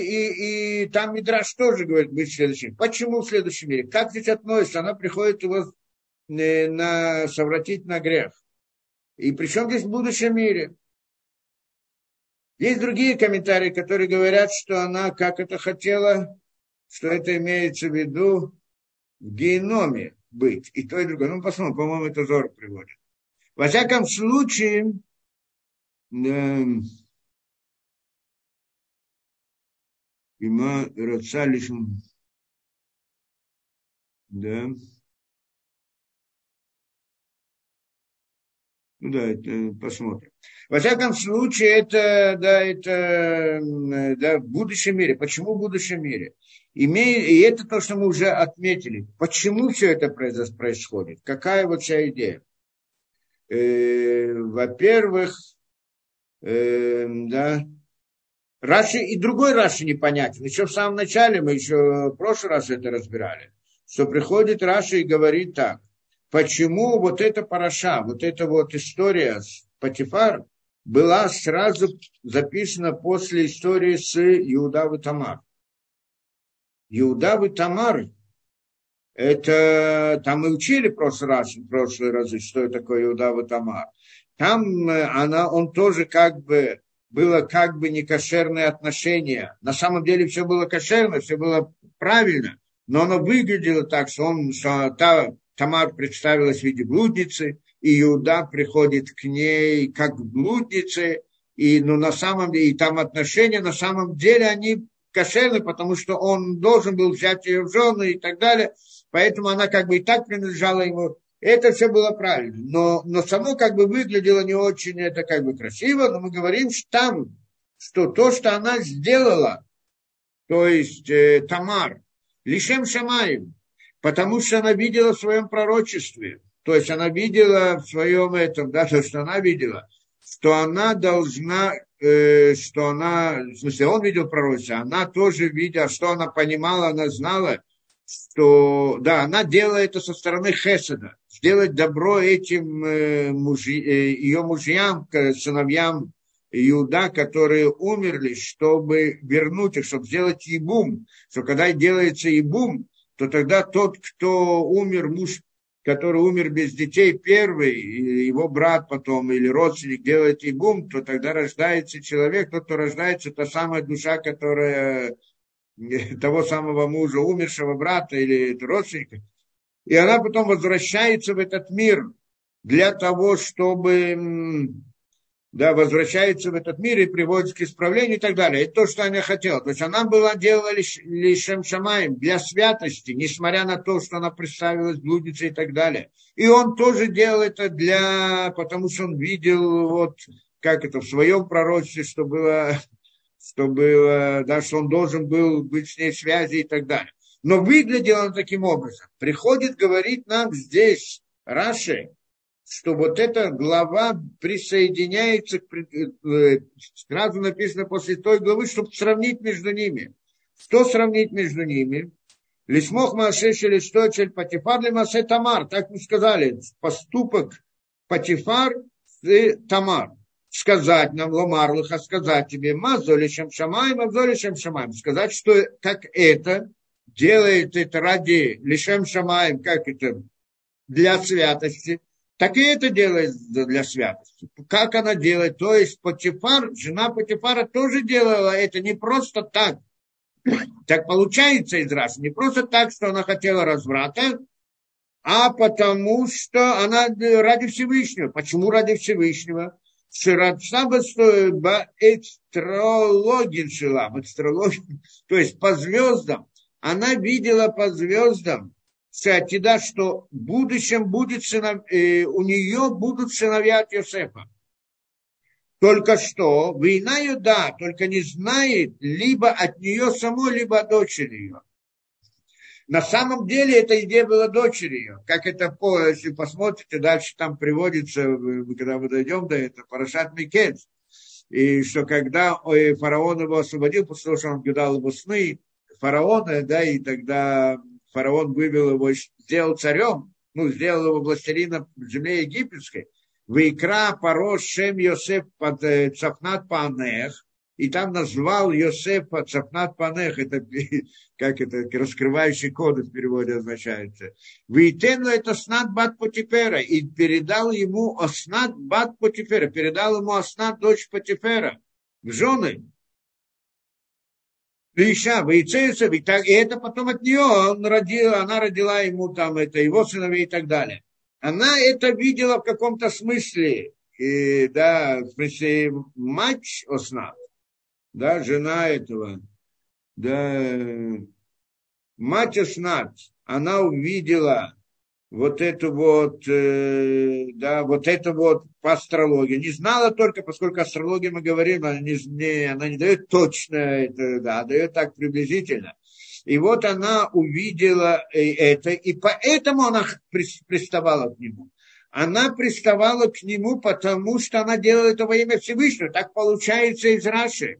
и, и там Мидраш тоже говорит быть в следующем мире. Почему в следующем мире? Как здесь относится? Она приходит его э, на, совратить на грех. И причем здесь в будущем мире. Есть другие комментарии, которые говорят, что она как это хотела, что это имеется в виду в геноме быть. И то, и другое. Ну, посмотрим, по-моему, это Зор приводит. Во всяком случае, э, има рацалишем, да. Ну да, это посмотрим. Во всяком случае, это, да, это да, в будущем мире. Почему в будущем мире? Имея, и это то, что мы уже отметили. Почему все это происходит? Какая вот вся идея? Э, во-первых, э, да, Раши и другой Раши непонятен. Еще в самом начале, мы еще в прошлый раз это разбирали, что приходит Раши и говорит так. Почему вот эта параша, вот эта вот история с Патифар была сразу записана после истории с Иуда и Тамар? Иуда и Тамар, это там мы учили в прошлый раз, в прошлый раз, что это такое Иуда и Тамар. Там она, он тоже как бы, было как бы некошерное отношение. На самом деле все было кошерно, все было правильно, но оно выглядело так, что он, что та, Тамар представилась в виде блудницы, и Иуда приходит к ней как к блуднице, и, ну, на самом деле, и там отношения, на самом деле, они кошерны, потому что он должен был взять ее в жены и так далее, поэтому она как бы и так принадлежала ему. Это все было правильно, но, но само как бы выглядело не очень это как бы красиво, но мы говорим что там, что то, что она сделала, то есть э, Тамар, лишем шамаим, потому что она видела в своем пророчестве, то есть она видела в своем этом, да, то, что она видела, что она должна, э, что она, в смысле, он видел пророчество, она тоже видела, что она понимала, она знала, что, да, она делала это со стороны Хеседа, сделать добро этим э, мужи, э, ее мужьям, сыновьям Иуда, которые умерли, чтобы вернуть их, чтобы сделать ибум, что когда делается ибум, то тогда тот, кто умер, муж который умер без детей первый, и его брат потом или родственник делает ибум, то тогда рождается человек, тот, кто рождается, та самая душа, которая того самого мужа, умершего брата или родственника. И она потом возвращается в этот мир для того, чтобы... Да, возвращается в этот мир и приводит к исправлению и так далее. Это то, что она хотела. То есть она была делала лишь, лишь шамаем для святости, несмотря на то, что она представилась блудницей и так далее. И он тоже делал это для... Потому что он видел, вот, как это, в своем пророчестве, что было, что было, да, что он должен был быть с ней в связи и так далее. Но выглядел он таким образом. Приходит, говорит нам здесь Раши, что вот эта глава присоединяется, к, сразу написано после той главы, чтобы сравнить между ними. Что сравнить между ними? Лисмох Маашеш или что, чель Патифар ли Масе Тамар. Так мы сказали, поступок Патифар и Тамар. Сказать нам, Ломарлыха, сказать тебе, Мазолишем Шамаем, Мазолишем Шамаем. Сказать, что как это делает это ради Лишем Шамаем, как это для святости. Так и это делает для святости. Как она делает? То есть Потифар, жена Потифара тоже делала это не просто так. Так получается из Раши. Не просто так, что она хотела разврата, а потому что она ради Всевышнего. Почему ради Всевышнего? То есть по звездам. Она видела по звездам, да, что в будущем будет сынов, э, у нее будут сыновья от Йосефа. Только что, война да, только не знает либо от нее самой, либо от дочери ее. На самом деле эта идея была дочери ее. Как это, по, если посмотрите, дальше там приводится, когда мы дойдем до этого, Парашат Микец. И что когда фараон его освободил, после того, что он видал его сны, фараона, да, и тогда... Фараон вывел его, сделал царем, ну, сделал его властелином в земле египетской. Вайкра Парош Шем Йосеф под Цафнат Панех, и там назвал Йосефа Цафнат Панех, это как это, раскрывающий коды в переводе означается. Вейтену это Оснат бат Потифера, и передал ему Оснат бат Потифера, передал ему Оснат дочь Потифера в жены. Иша, выйцеется, и это потом от нее, он родил, она родила ему там, это его сыновей и так далее. Она это видела в каком-то смысле, и, да, в смысле, мать Оснат, да, жена этого, да, мать Оснат, она увидела вот это вот, э, да, вот это вот по астрологии. Не знала только, поскольку астрология, мы говорим, она не, не, она не дает точно это, да, дает так приблизительно. И вот она увидела это, и поэтому она приставала к нему. Она приставала к нему, потому что она делала это во имя Всевышнего. Так получается из Раши.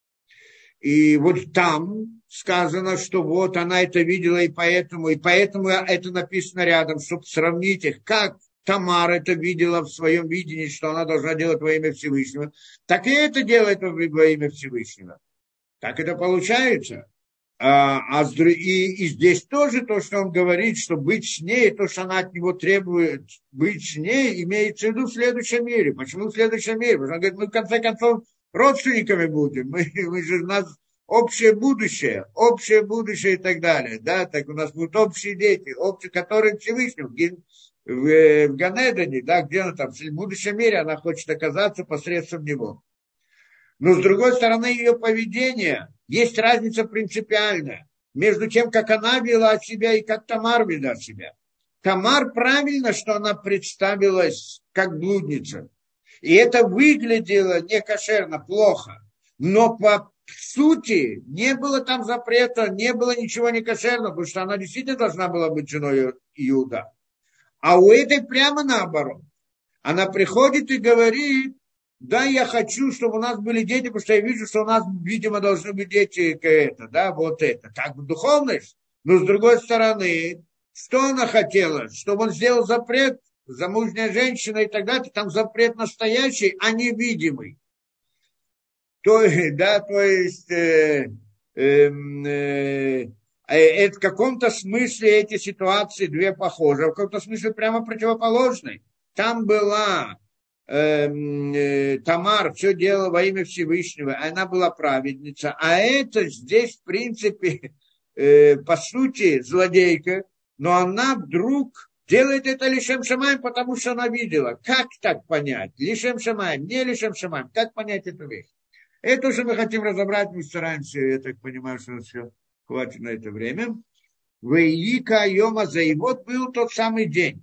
И вот там сказано, что вот она это видела, и поэтому, и поэтому это написано рядом, чтобы сравнить их, как Тамар это видела в своем видении, что она должна делать во имя Всевышнего, так и это делает во имя Всевышнего. Так это получается. А, а, и, и здесь тоже то, что он говорит, что быть с ней, то, что она от него требует быть с ней, имеется в виду в следующем мире. Почему в следующем мире? Потому что он говорит, мы в конце концов родственниками будем, мы, мы же у нас общее будущее, общее будущее и так далее, да, так у нас будут общие дети, общие, которые Всевышний в, в, в Ганедане, да, где она там, в будущем мире она хочет оказаться посредством него. Но с другой стороны, ее поведение, есть разница принципиальная между тем, как она вела себя и как Тамар вела себя. Тамар правильно, что она представилась как блудница. И это выглядело некошерно, плохо. Но по сути не было там запрета, не было ничего некошерного, потому что она действительно должна была быть женой Иуда. А у этой прямо наоборот. Она приходит и говорит, да, я хочу, чтобы у нас были дети, потому что я вижу, что у нас, видимо, должны быть дети, это, да, вот это. Так, духовность. Но с другой стороны, что она хотела? Чтобы он сделал запрет, замужняя женщина и так далее, там запрет настоящий, а невидимый. То, да, то есть, э, э, э, Это в каком-то смысле эти ситуации две похожи, а в каком-то смысле прямо противоположные. Там была э, э, Тамар, все делала во имя Всевышнего, она была праведница, а это здесь, в принципе, э, по сути, злодейка, но она вдруг делает это лишем шамаем, потому что она видела. Как так понять? Лишем шамаем, не лишем шамаем. Как понять эту вещь? Это уже мы хотим разобрать, мы стараемся, я так понимаю, что все хватит на это время. Вейика Йома Заивот был тот самый день.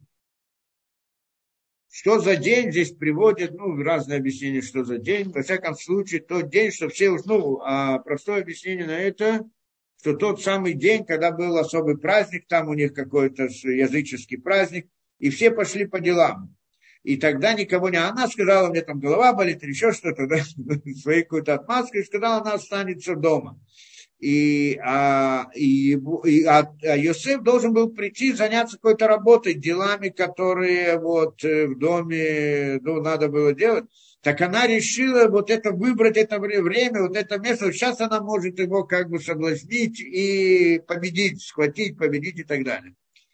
Что за день здесь приводят, ну, разные объяснения, что за день. Во всяком случае, тот день, что все, ну, а простое объяснение на это, что тот самый день, когда был особый праздник, там у них какой-то языческий праздник, и все пошли по делам. И тогда никого не... Она сказала, мне там голова болит или еще что-то, да, своей какой-то отмазкой, и сказала, она останется дома. И, а, и, и а, а Йосеф должен был прийти, заняться какой-то работой, делами, которые вот в доме, ну, надо было делать. Так она решила вот это выбрать, это время, вот это место. Вот сейчас она может его как бы соблазнить и победить, схватить, победить и так далее.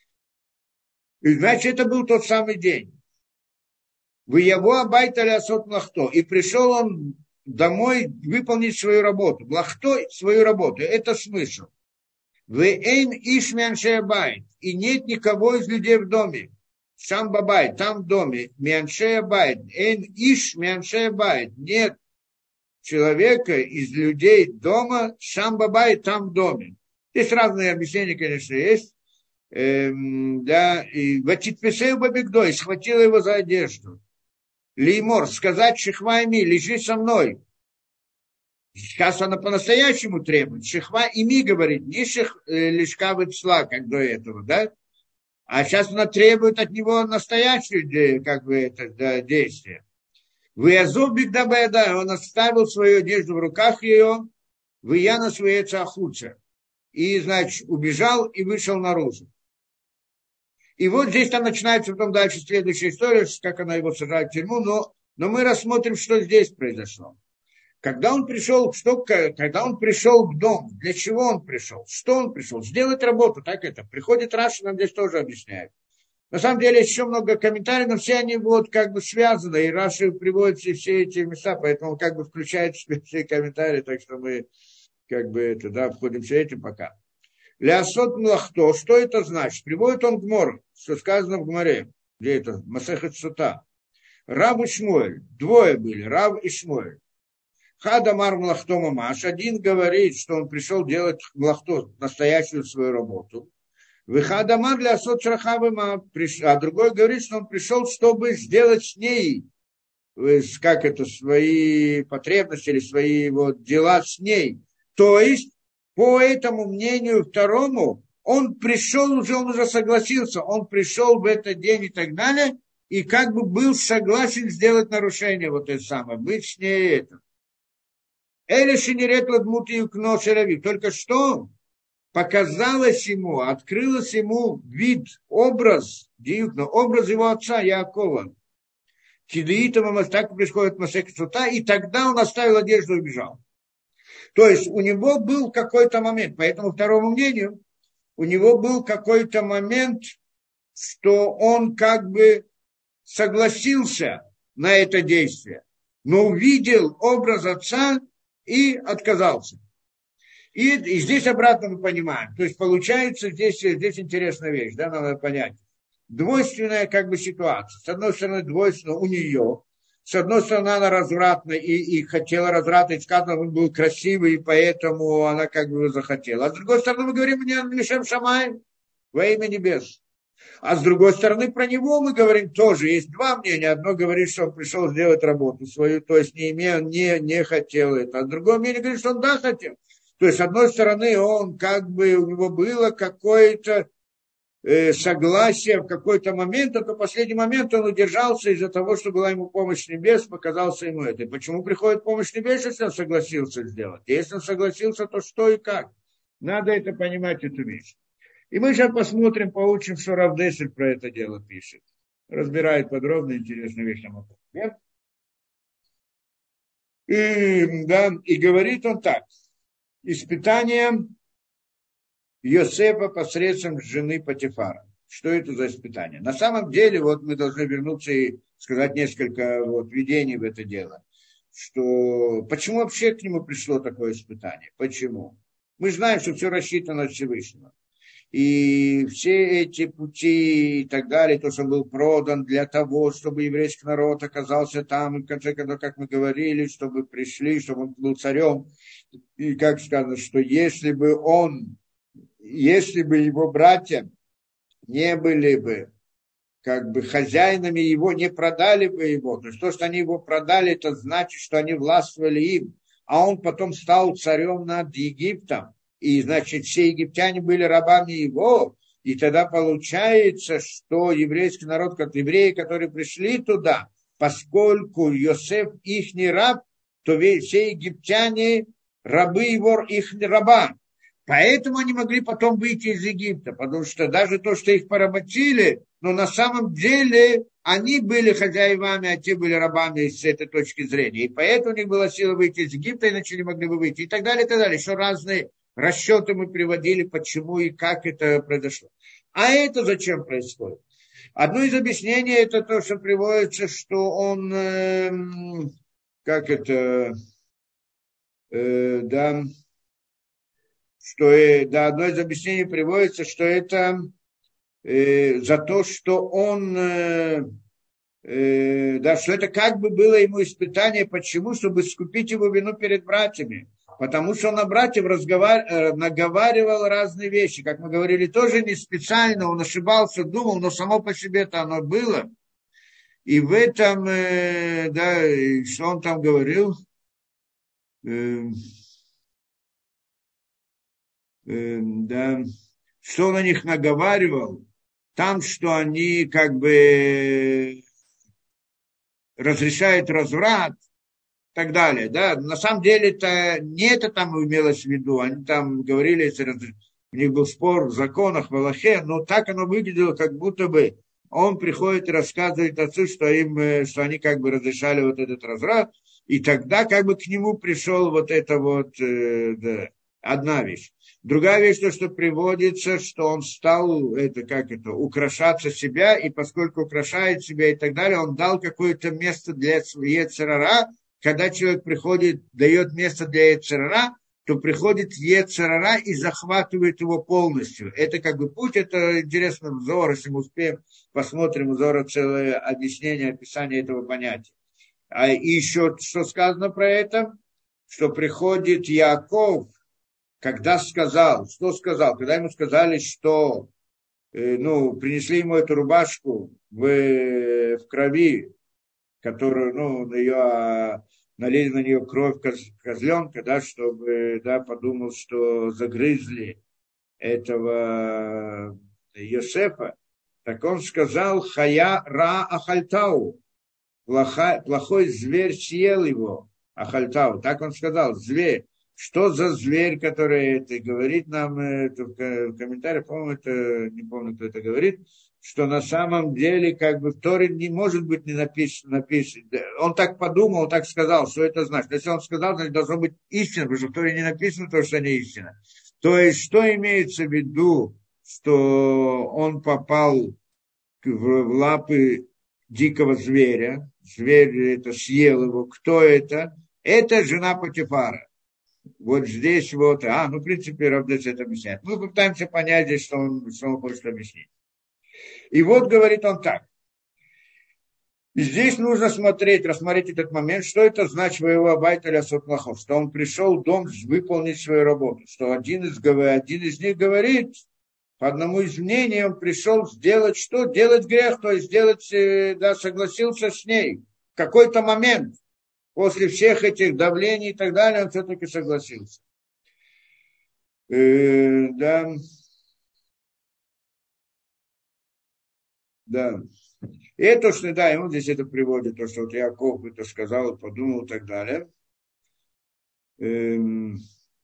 И значит, это был тот самый день. В его абайтали асот млахто. И пришел он домой выполнить свою работу. Млахто свою работу. Это смысл. Вейн иш абайт. И нет никого из людей в доме. Сам бабай, там в доме. Мианшея байт. Эйн иш мианшея байт. Нет человека из людей дома. Сам бабай, там в доме. Здесь разные объяснения, конечно, есть. Эм, да, и ватитпесею бабигдой. Схватила его за одежду. Леймор, сказать Шихвайми, лежи со мной. Сейчас она по-настоящему требует. Шихва ими говорит, не ших, э, лишка выцла, как до этого, да? А сейчас она требует от него настоящее, как бы, это, да, действие. Выязов бигдабаяда, он оставил свою одежду в руках ее, выяна своей цахуца. И, значит, убежал и вышел наружу. И вот здесь там начинается потом дальше следующая история, как она его сажает в тюрьму, но, но мы рассмотрим, что здесь произошло. Когда он пришел, что, когда он пришел в дом, для чего он пришел? Что он пришел? Сделать работу, так это. Приходит Раши, нам здесь тоже объясняет. На самом деле еще много комментариев, но все они вот как бы связаны, и Раши приводит все эти места, поэтому он как бы включает в себя все комментарии, так что мы как бы это, да, обходимся этим пока. Лясот млахто, что это значит? Приводит он Гмор, что сказано в Гморе, где это, Масехет Сута. Рав и Шмуэль, двое были, Рав и Шмуэль. Хадамар млахто мамаш, один говорит, что он пришел делать млахто, настоящую свою работу. Выхадамар лясот шрахавыма, а другой говорит, что он пришел, чтобы сделать с ней, как это, свои потребности или свои вот дела с ней. То есть, по этому мнению второму, он пришел уже, он уже согласился, он пришел в этот день и так далее, и как бы был согласен сделать нарушение вот это самое, быть с ней это. Эли шинерет ладмут юкно шерави. Только что показалось ему, открылось ему вид, образ, диюкно, образ его отца Яакова. Кидеитова, так происходит Масехет Сута, и тогда он оставил одежду и убежал. То есть у него был какой-то момент, по этому второму мнению, у него был какой-то момент, что он как бы согласился на это действие, но увидел образ отца и отказался. И, и здесь обратно мы понимаем. То есть получается здесь, здесь интересная вещь, да, надо понять. Двойственная как бы ситуация. С одной стороны, двойственная у нее. С одной стороны, она развратна и, и хотела разврата, и сказано, он был красивый, и поэтому она как бы захотела. А с другой стороны, мы говорим, не Лишем Шамаем, во имя небес. А с другой стороны, про него мы говорим тоже. Есть два мнения. Одно говорит, что он пришел сделать работу свою, то есть не имел, не, не хотел это. А другое мнение говорит, что он да хотел. То есть, с одной стороны, он как бы, у него было какое-то э, согласие в какой-то момент, только в последний момент он удержался из-за того, что была ему помощь небес, показался ему это. И почему приходит помощь небес, если он согласился сделать? Если он согласился, то что и как? Надо это понимать, эту вещь. И мы сейчас посмотрим, поучим, что Рав Десель про это дело пишет. Разбирает подробно, интересную вещь нам это. И, да, и говорит он так. Испытание Йосефа посредством жены Патифара. Что это за испытание? На самом деле, вот мы должны вернуться и сказать несколько вот введений в это дело. Что, почему вообще к нему пришло такое испытание? Почему? Мы знаем, что все рассчитано от Всевышнего. И все эти пути и так далее, то, что он был продан для того, чтобы еврейский народ оказался там, и в конце концов, как мы говорили, чтобы пришли, чтобы он был царем. И как сказано, что если бы он, если бы его братья не были бы как бы хозяинами его, не продали бы его. То есть то, что они его продали, это значит, что они властвовали им. А он потом стал царем над Египтом. И, значит, все египтяне были рабами его. И тогда получается, что еврейский народ, как евреи, которые пришли туда, поскольку Йосеф их не раб, то все египтяне рабы его, их раба. Поэтому они могли потом выйти из Египта, потому что даже то, что их поработили, но на самом деле они были хозяевами, а те были рабами с этой точки зрения. И поэтому у них была сила выйти из Египта, иначе не могли бы выйти. И так далее, и так далее. Еще разные расчеты мы приводили, почему и как это произошло. А это зачем происходит? Одно из объяснений, это то, что приводится, что он, э, как это, э, да... что да, одно из объяснений приводится, что это э, за то, что он, э, э, да, что это как бы было ему испытание, почему, чтобы искупить его вину перед братьями, потому что он на братьев разговар... наговаривал разные вещи, как мы говорили, тоже не специально, он ошибался, думал, но само по себе-то оно было, и в этом, э, да, что он там говорил, э, да, что он на них наговаривал, там, что они как бы разрешают разврат и так далее. Да. На самом деле это не это там имелось в виду, они там говорили, если у них был спор в законах, в Аллахе, но так оно выглядело, как будто бы он приходит и рассказывает отцу, что, им, что они как бы разрешали вот этот разврат, и тогда как бы к нему пришел вот это вот, э, да, одна вещь. Другая вещь, то, что приводится, что он стал, это как это, украшаться себя, и поскольку украшает себя и так далее, он дал какое-то место для Ецер-ара. Когда человек приходит, дает место для Ецер-ара, то приходит Ецер-ара и захватывает его полностью. Это как бы путь, это интересно взор, если мы успеем, посмотрим у Зора целое объяснение, описание этого понятия. А и еще что сказано про это? Что приходит Яаков, когда сказал, что сказал, когда ему сказали, что, э, ну, принесли ему эту рубашку в, в крови, которую, ну, ее, налили на нее кровь коз, козленка, да, чтобы, да, подумал, что загрызли этого Йосефа, так он сказал, хая ра ахальтау, плохой, плохой зверь съел его, ахальтау, так он сказал, зверь. Что за зверь, который это говорит нам это в комментариях, по-моему, это, не помню, кто это говорит, что на самом деле как бы в Торе не может быть не написано, написано. Он так подумал, он так сказал, что это значит. Если он сказал, значит должно быть истина, потому что в Торе не написано то, что не истина. То есть, что имеется в виду, что он попал в лапы дикого зверя, зверь это съел его, кто это? Это жена Патифара. Вот здесь вот, а, ну, в принципе, Равдец это объясняет. Мы пытаемся понять здесь, что он, что он хочет объяснить. И вот говорит он так. И здесь нужно смотреть, рассмотреть этот момент, что это значит своего обайтеля Сотлахов, что он пришел в дом выполнить свою работу, что один из, один из них говорит, по одному из мнений он пришел сделать что? Делать грех, то есть сделать, да, согласился с ней в какой-то момент. После всех этих давлений и так далее, он все-таки согласился. Э, да. Да. И это, что, да, ему здесь это приводит, то, что вот Яков это сказал, подумал и так далее. Эм,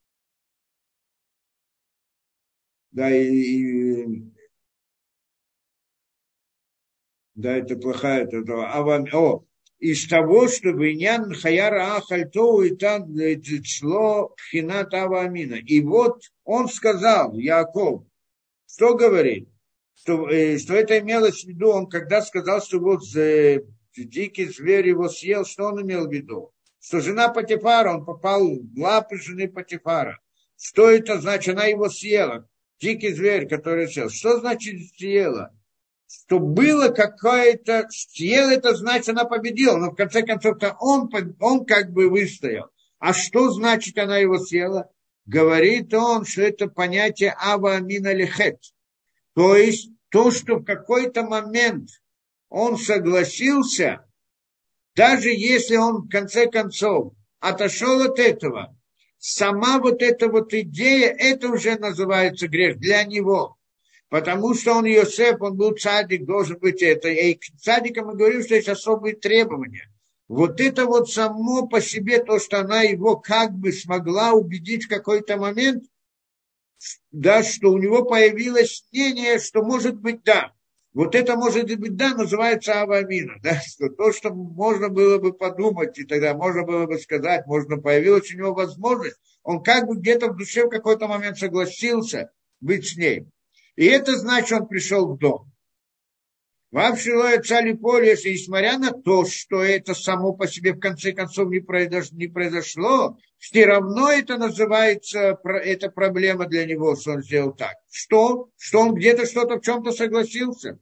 да, и, и да, это плохая, это, это, а вам, о, из того, чтобы Иньян Хаяра Ахальтоу и там чло Пхинат Ава Амина. И вот он сказал, Яаков, что говорит? Что, э, что это имелось в виду, он когда сказал, что вот э, дикий зверь его съел, что он имел в виду? Что жена Патифара, он попал в лапы жены Патифара. Что это значит? Она его съела. Дикий зверь, который съел. Что значит съела? Что было какое-то... Съел, это значит, она победила. Но в конце концов, он, он как бы выстоял. А что значит, она его съела? Говорит он, что это понятие Ава Амина Лехет. То есть то, что в какой-то момент он согласился, даже если он в конце концов отошел от этого, сама вот эта вот идея, это уже называется грех для него. Потому что он Йосеф, он был цадик, должен быть это. И к цадикам мы говорим, что есть особые требования. Вот это вот само по себе, то, что она его как бы смогла убедить в какой-то момент, да, что у него появилось мнение, что может быть да. Вот это может быть да, называется авамина, да, что то, что можно было бы подумать, и тогда можно было бы сказать, можно появилась у него возможность, он как бы где-то в душе в какой-то момент согласился быть с ней. И это значит, он пришел в дом. Вообще, цали поле, если несмотря на то, что это само по себе в конце концов не произошло, не произошло, все равно это называется, это проблема для него, что он сделал так. Что? Что он где-то что-то в чем-то согласился.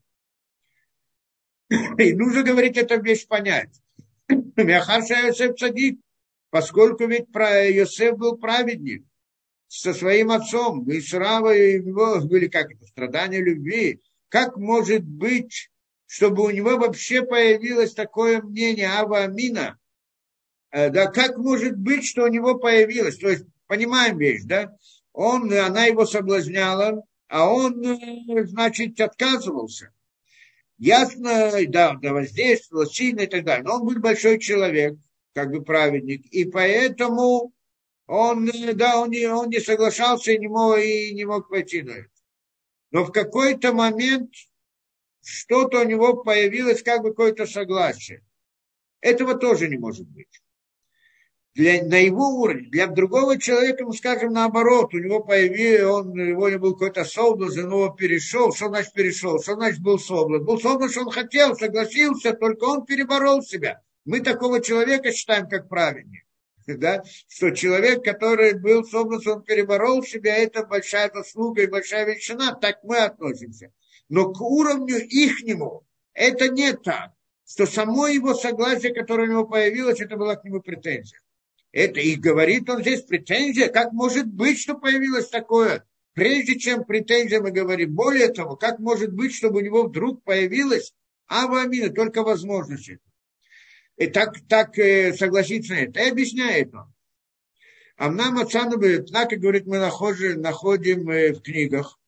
И нужно говорить, это вещь понять. Мяхаша Йосеф цадик, поскольку ведь Йосеф был праведник со своим отцом, и Исрава и его были как это, страдания любви. Как может быть, чтобы у него вообще появилось такое мнение Ава Амина? Да, как может быть, что у него появилось? То есть, понимаем вещь, да? Он, она его соблазняла, а он, значит, отказывался. Ясно, да, да, воздействовал сильно и так далее. Но он был большой человек, как бы праведник, и поэтому он, да, он не, он не соглашался и не мог, и не мог пойти на это. Но в какой-то момент что-то у него появилось, как бы какое-то согласие. Этого тоже не может быть. Для, на его уровне, для другого человека, мы скажем наоборот, у него появилось, он, его не был какой-то соблазн, он его перешел. Что значит перешел? Что значит был соблазн? Был соблазн, что он хотел, согласился, только он переборол себя. Мы такого человека считаем как праведник. Да? Что человек, который был соблазн, он переборол себя, это большая заслуга и большая величина, так мы относимся. Но к уровню ихнему это не так. Что само его согласие, которое у него появилось, это была к нему претензия. Это и говорит он здесь претензия, как может быть, что появилось такое? Прежде чем претензия, мы говорим, более того, как может быть, чтобы у него вдруг появилась Ава Амина, только возможность. И так, так согласиться на это. И объясняет он. Амнам Ацану, так, говорит, мы находим, находим в книгах,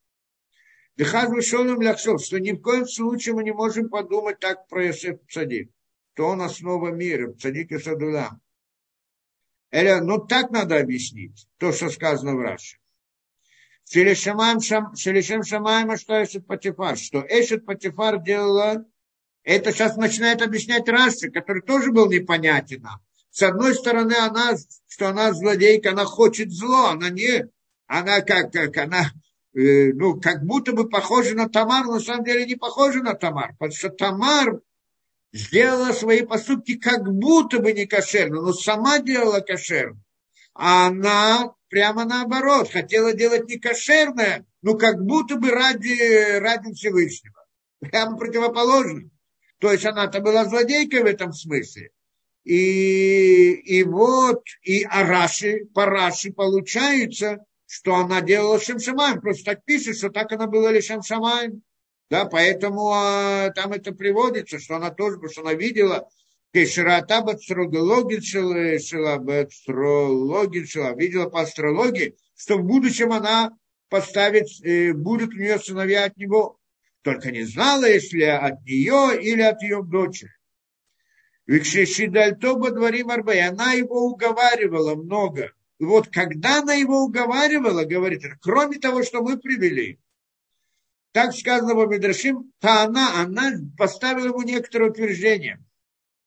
что ни в коем случае мы не можем подумать так про Йосеф Цадик, что он основа мира, Цадик и Садулам. Ну, так надо объяснить, то, что сказано в Раши. Шелешем Шамаем, а что Эшет Патифар? Что Эшет Патифар делала, это сейчас начинает объяснять Раши, который тоже был непонятен нам. С одной стороны, она, что она злодейка, она хочет зло, она не, она как, как она, э, ну, как будто бы похожа на Тамар, но на самом деле не похожа на Тамар, потому что Тамар сделала свои поступки как будто бы не кошерно, но сама делала кошерно. А она прямо наоборот, хотела делать не кошерное, но как будто бы ради, ради Всевышнего. Прямо противоположно. То есть она-то была злодейкой в этом смысле. И, и вот, и Араши, по Раши получается, что она делала Шем Шамаем. Просто так пишет, что так она была Лешем Шамаем. Да, поэтому а, там это приводится, что она тоже, потому что она видела, видела по астрологии, что в будущем она поставит, э, будут у нее сыновья от него. Только не знала, если от нее или от ее дочери. Она его уговаривала много. И вот когда она его уговаривала, говорит, кроме того, что мы привели, так сказано во Мидрашим, то она, она поставила ему некоторое утверждение.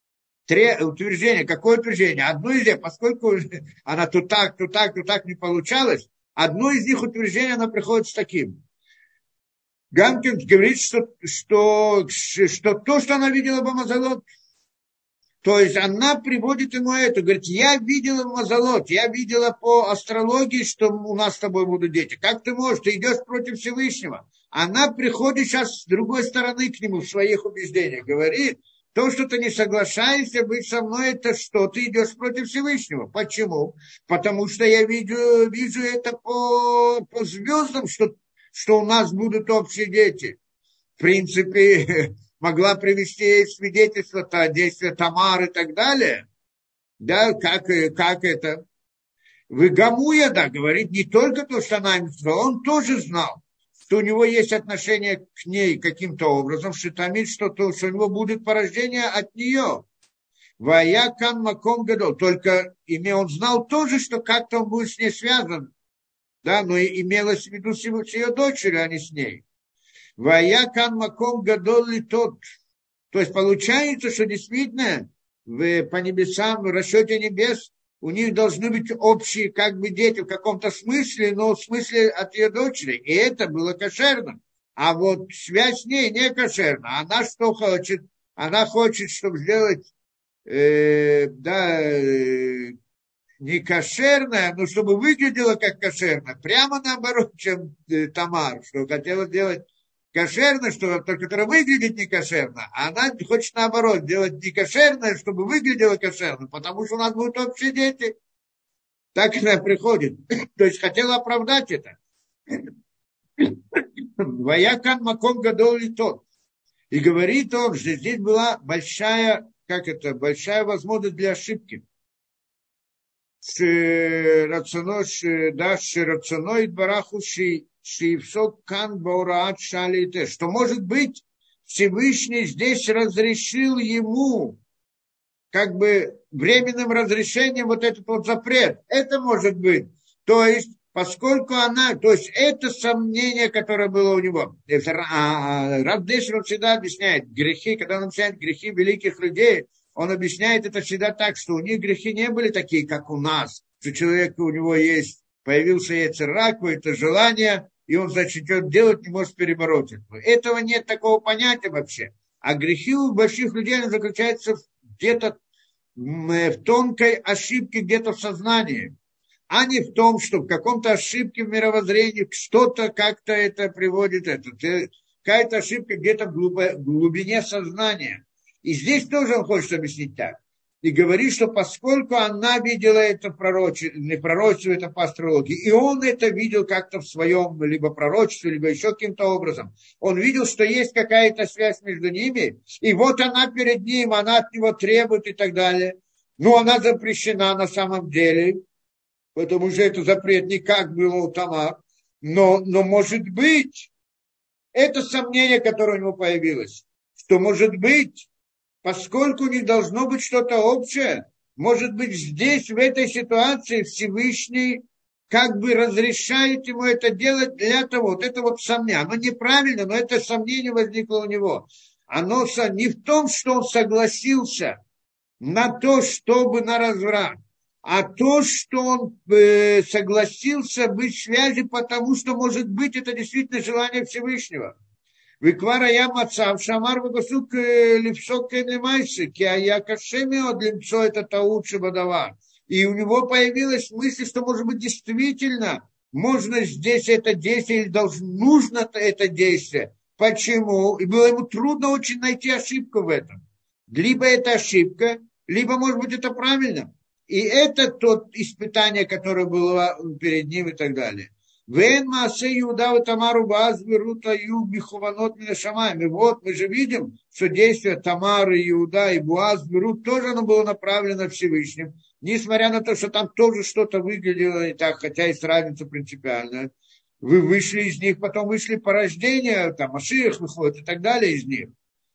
Тре, утверждение. Какое утверждение? Одно из них, поскольку она то так, то так, то так не получалось, одно из них утверждений, она приходит с таким. Гамкин говорит, что, что, что то, что она видела Бамазалот, то есть она приводит ему это, говорит, я видела Мазалот, я видела по астрологии, что у нас с тобой будут дети. Как ты можешь, ты идешь против Всевышнего. Она приходит сейчас с другой стороны к нему в своих убеждениях, говорит, то, что ты не соглашаешься быть со мной, это что? Ты идешь против Всевышнего. Почему? Потому что я вижу, вижу это по, по звездам, что, что у нас будут общие дети. В принципе, могла привести свидетельство о действии Тамары и так далее. Да, как, как это? Выгамуя, да, говорит не только то, что она им сказала, он тоже знал, что у него есть отношение к ней каким-то образом, что там есть что-то, что у него будет порождение от нее. Ваякан маком гадол. Только имя он знал тоже, что как-то он будет с ней связан. Да, но имелось в виду с ее дочерью, а не с ней. Ваякан маком гадол ли тот. То есть получается, что действительно в, по небесам, в расчете небес, у них должны быть общие как бы дети в каком-то смысле, но в смысле от ее дочери. И это было кошерно. А вот связь с ней не кошерна. Она что хочет? Она хочет, чтобы сделать, э, да, э, не кошерное, но чтобы выглядело как кошерно. Прямо наоборот, чем э, Тамар, что хотела сделать кошерно, что, которое выглядит не кошерно, а она хочет наоборот делать не кошерное, чтобы выглядело кошерно, потому что у нас будут общие дети. Так она приходит. То есть хотела оправдать это. Ваякан маком гадол ли тот. И говорит он, что здесь была большая, как это, большая возможность для ошибки. Да, ширацаной барахуши. Что может быть, Всевышний здесь разрешил ему как бы временным разрешением вот этот вот запрет. Это может быть. То есть, поскольку она, то есть это сомнение, которое было у него. Рав Дешер всегда объясняет грехи, когда он объясняет грехи великих людей, он объясняет это всегда так, что у них грехи не были такие, как у нас. Что человек, у него есть, появился яйцер рак, какое-то желание, и он, значит, идет делать, не может перебороть этого. Этого нет такого понятия вообще. А грехи у больших людей заключаются где-то в тонкой ошибке, где-то в сознании, а не в том, что в каком-то ошибке в мировоззрении что-то как-то это приводит. Это. Какая-то ошибка где-то в глубине сознания. И здесь тоже он хочет объяснить так. И говорит, что поскольку она видела это пророчество, не пророчество, это по астрологии, и он это видел как-то в своем либо пророчестве, либо еще каким-то образом, он видел, что есть какая-то связь между ними, и вот она перед ним, она от него требует и так далее. Но она запрещена на самом деле, потому что это запрет не как было у Тамар, но, но может быть, это сомнение, которое у него появилось, что может быть, поскольку у них должно быть что-то общее, может быть, здесь, в этой ситуации, Всевышний как бы разрешает ему это делать для того, вот это вот сомнение. Оно неправильно, но это сомнение возникло у него. Оно не в том, что он согласился на то, чтобы на разврат, а то, что он э, согласился быть в связи, потому что, может быть, это действительно желание Всевышнего. Виквара я мацав, шамар вагасук липсок кенемайши, кия кашемио лимцо это таут шабадава. И у него появилась мысль, что, может быть, действительно можно здесь это действие, или должно, нужно это действие. Почему? И было ему трудно очень найти ошибку в этом. Либо это ошибка, либо, может быть, это правильно. И это тот испытание, которое было перед ним и так далее. Вен Маасе Иуда и Тамару Бааз берут аю бихованот минашамаем. И вот мы же видим, что действие Тамары, Иуда и Буаз берут тоже оно было направлено Всевышним. Несмотря на то, что там тоже что-то выглядело не так, хотя есть разница принципиальная. Вы вышли из них, потом вышли порождения, там Машиах выходит и так далее из них.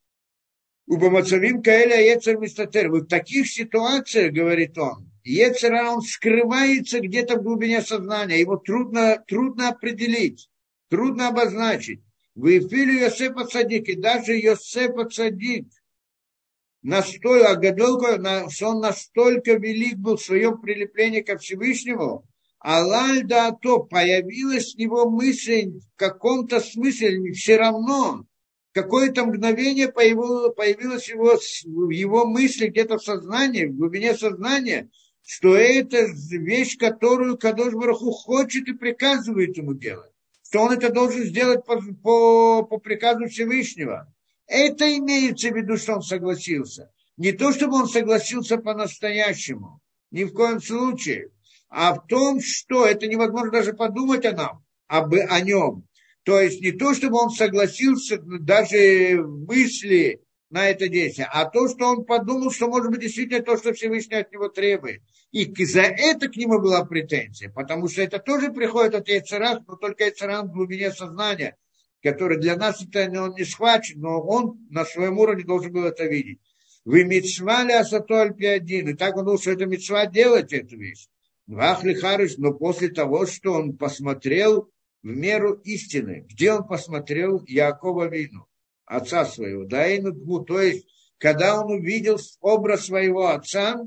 Убамацавим Каэля Ецер Мистатер. В таких ситуациях, говорит он, Ецера, он скрывается где-то в глубине сознания. Его трудно, трудно определить, трудно обозначить. Вы филю Йосефа Цадик, и даже Йосефа Цадик, настолько, Гадолка, что он настолько велик был в своем прилеплении ко Всевышнему, Алаль да то появилась в него мысль в каком-то смысле, все равно, какое-то мгновение появилось, появилось его, в его мысли, где-то в сознании, в глубине сознания, что это вещь, которую Кадош Барух Ху хочет и приказывает ему делать. Что он это должен сделать по, по, по приказу Всевышнего. Это имеется в виду, что он согласился. Не то, чтобы он согласился по-настоящему. Ни в коем случае. А в том, что это невозможно даже подумать о нам, об, о нем. То есть не то, чтобы он согласился даже в мысли на это действие, а то, что он подумал, что может быть действительно то, что Всевышний от него требует. И за это к нему была претензия, потому что это тоже приходит от Яйцерах, но только Яйцерах в глубине сознания, который для нас это он не схвачен, но он на своем уровне должен был это видеть. Вы митцвали асату альпиадин, и так он думал, что это митцва делать эту вещь. Вахли Харыш, но после того, что он посмотрел в меру истины, где он посмотрел Яакова Вину, отца своего, да, и ну, то есть, когда он увидел образ своего отца,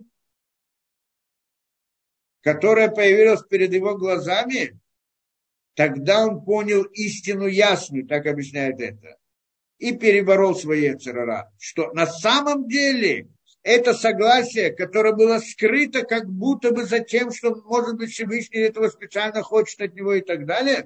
которая появилась перед его глазами, тогда он понял истину ясную, так объясняет это, и переборол свои церара, что на самом деле это согласие, которое было скрыто как будто бы за тем, что, может быть, Всевышний этого специально хочет от него и так далее,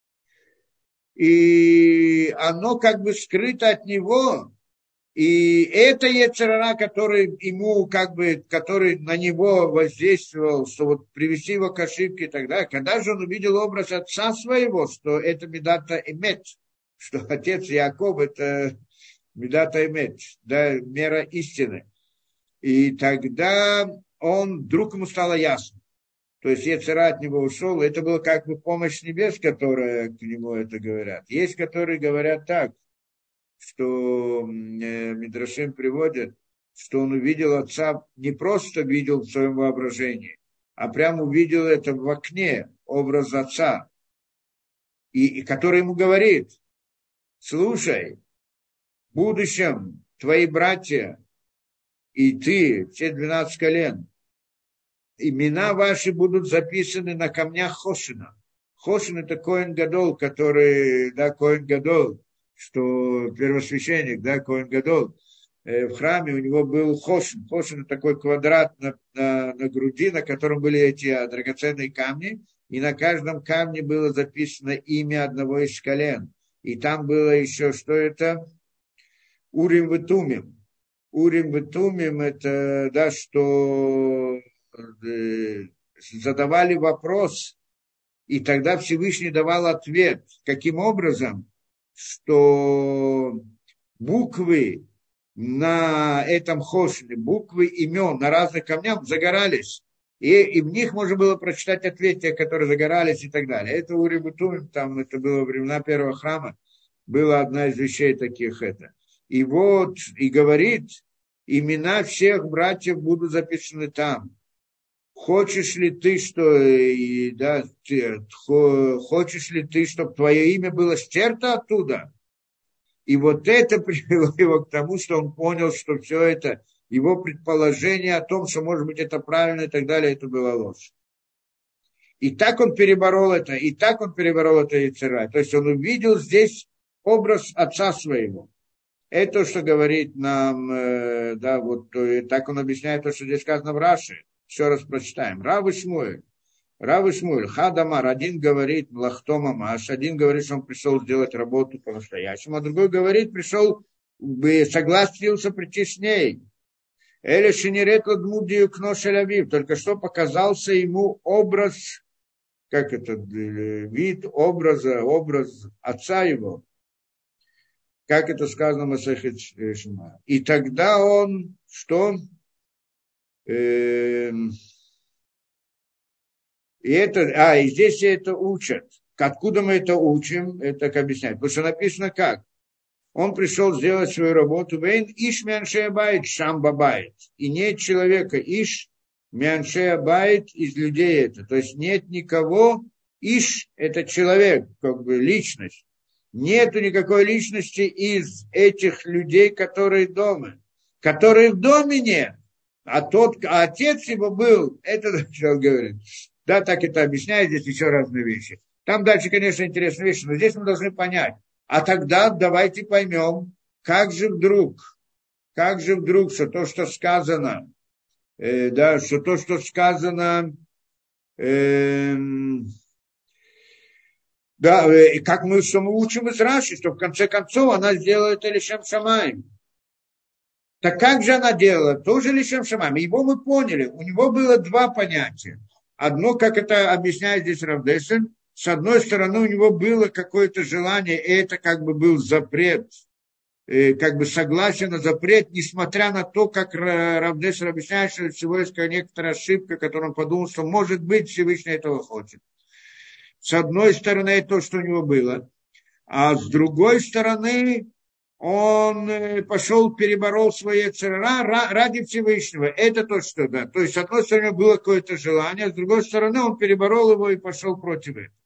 и оно как бы скрыто от него, и это Ецер-ара, который ему, как бы, который на него воздействовал, что вот привести его к ошибке и так далее. Когда же он увидел образ отца своего, что это Медата Эмет, что отец Яков это Медата Эмет, да, мера истины. И тогда он, вдруг ему стало ясно. То есть Ецер-ара от него ушел, это была как бы помощь небес, которая к нему это говорят. Есть, которые говорят так, что э, Мидрашим приводит, что он увидел отца, не просто видел в своем воображении, а прямо увидел это в окне, образ отца, и, и который ему говорит: слушай, в будущем твои братья и ты, все двенадцать колен, имена ваши будут записаны на камнях Хошина. Хошин — это Коэн Гадол, который, да, Коэн Гадол, что первосвященник, да, Коэн Гадол, э, в храме у него был Хошин. Хошин — это такой квадрат на, на, на груди, на котором были эти а, драгоценные камни, и на каждом камне было записано имя одного из колен. И там было еще, что это? Урим и Тумим. Урим и Тумим — это, да, что э, задавали вопрос, и тогда Всевышний давал ответ. Каким образом? Что буквы на этом хошине, буквы имен на разных камнях загорались. И, и в них можно было прочитать ответы, которые загорались и так далее. Это у Рибутумим, там это было во времена первого храма, была одна из вещей таких это. И вот, и говорит, имена всех братьев будут записаны там. Хочешь ли ты, что, да, ты, хочешь ли ты, чтобы твое имя было стерто оттуда? И вот это привело его к тому, что он понял, что все это, его предположение о том, что, может быть, это правильно и так далее, это было ложь. И так он переборол это, и так он переборол это Ецер-ара. То есть он увидел здесь образ отца своего. Это, что говорит нам, э, да, вот так он объясняет то, что здесь сказано в Раши. Еще раз прочитаем. Рав и Шмуэль. Рав и Шмуэль. Хадамар. Один говорит Млахто Мамаш. Один говорит, что он пришел сделать работу по-настоящему. А другой говорит, пришел, согласился прийти с ней. Эля Шинерет Ладмудию Кношелявив. Только что показался ему образ, как это, вид образа, образ отца его. Как это сказано в Масехет Шма. И тогда он, что? И это, а, и здесь это учат. Откуда мы это учим? Это как объяснять. Потому что написано как? Он пришел сделать свою работу. Вейн иш мяншея байт шам бабайт. И нет человека иш мяншея байт из людей это. То есть нет никого. Иш – это человек, как бы личность. Нету никакой личности из этих людей, которые дома. который в доме нет. А тот, а отец его был, это что он говорит. Да, так это объясняет здесь еще разные вещи. Там дальше, конечно, интересные вещи, но здесь мы должны понять. А тогда давайте поймем, как же вдруг, как же вдруг, что то, что сказано, э, да, что то, что сказано, э, да, э, как мы, что мы учим из Раши, что в конце концов она сделает Элишем Шамаим. Так как же она делала? Тоже Элишем Шамаим. Его мы поняли. У него было два понятия. Одно, как это объясняет здесь Рав Дессен, с одной стороны, у него было какое-то желание, и это как бы был запрет, как бы согласие на запрет, несмотря на то, как Рав Дессен объясняет, что всего есть некоторая ошибка, которую он подумал, что, может быть, Всевышний этого хочет. С одной стороны, это то, что у него было. А с другой стороны, он пошел, переборол свои церара ради Всевышнего. Это то, что да. То есть, с одной стороны, было какое-то желание, а с другой стороны, он переборол его и пошел против этого.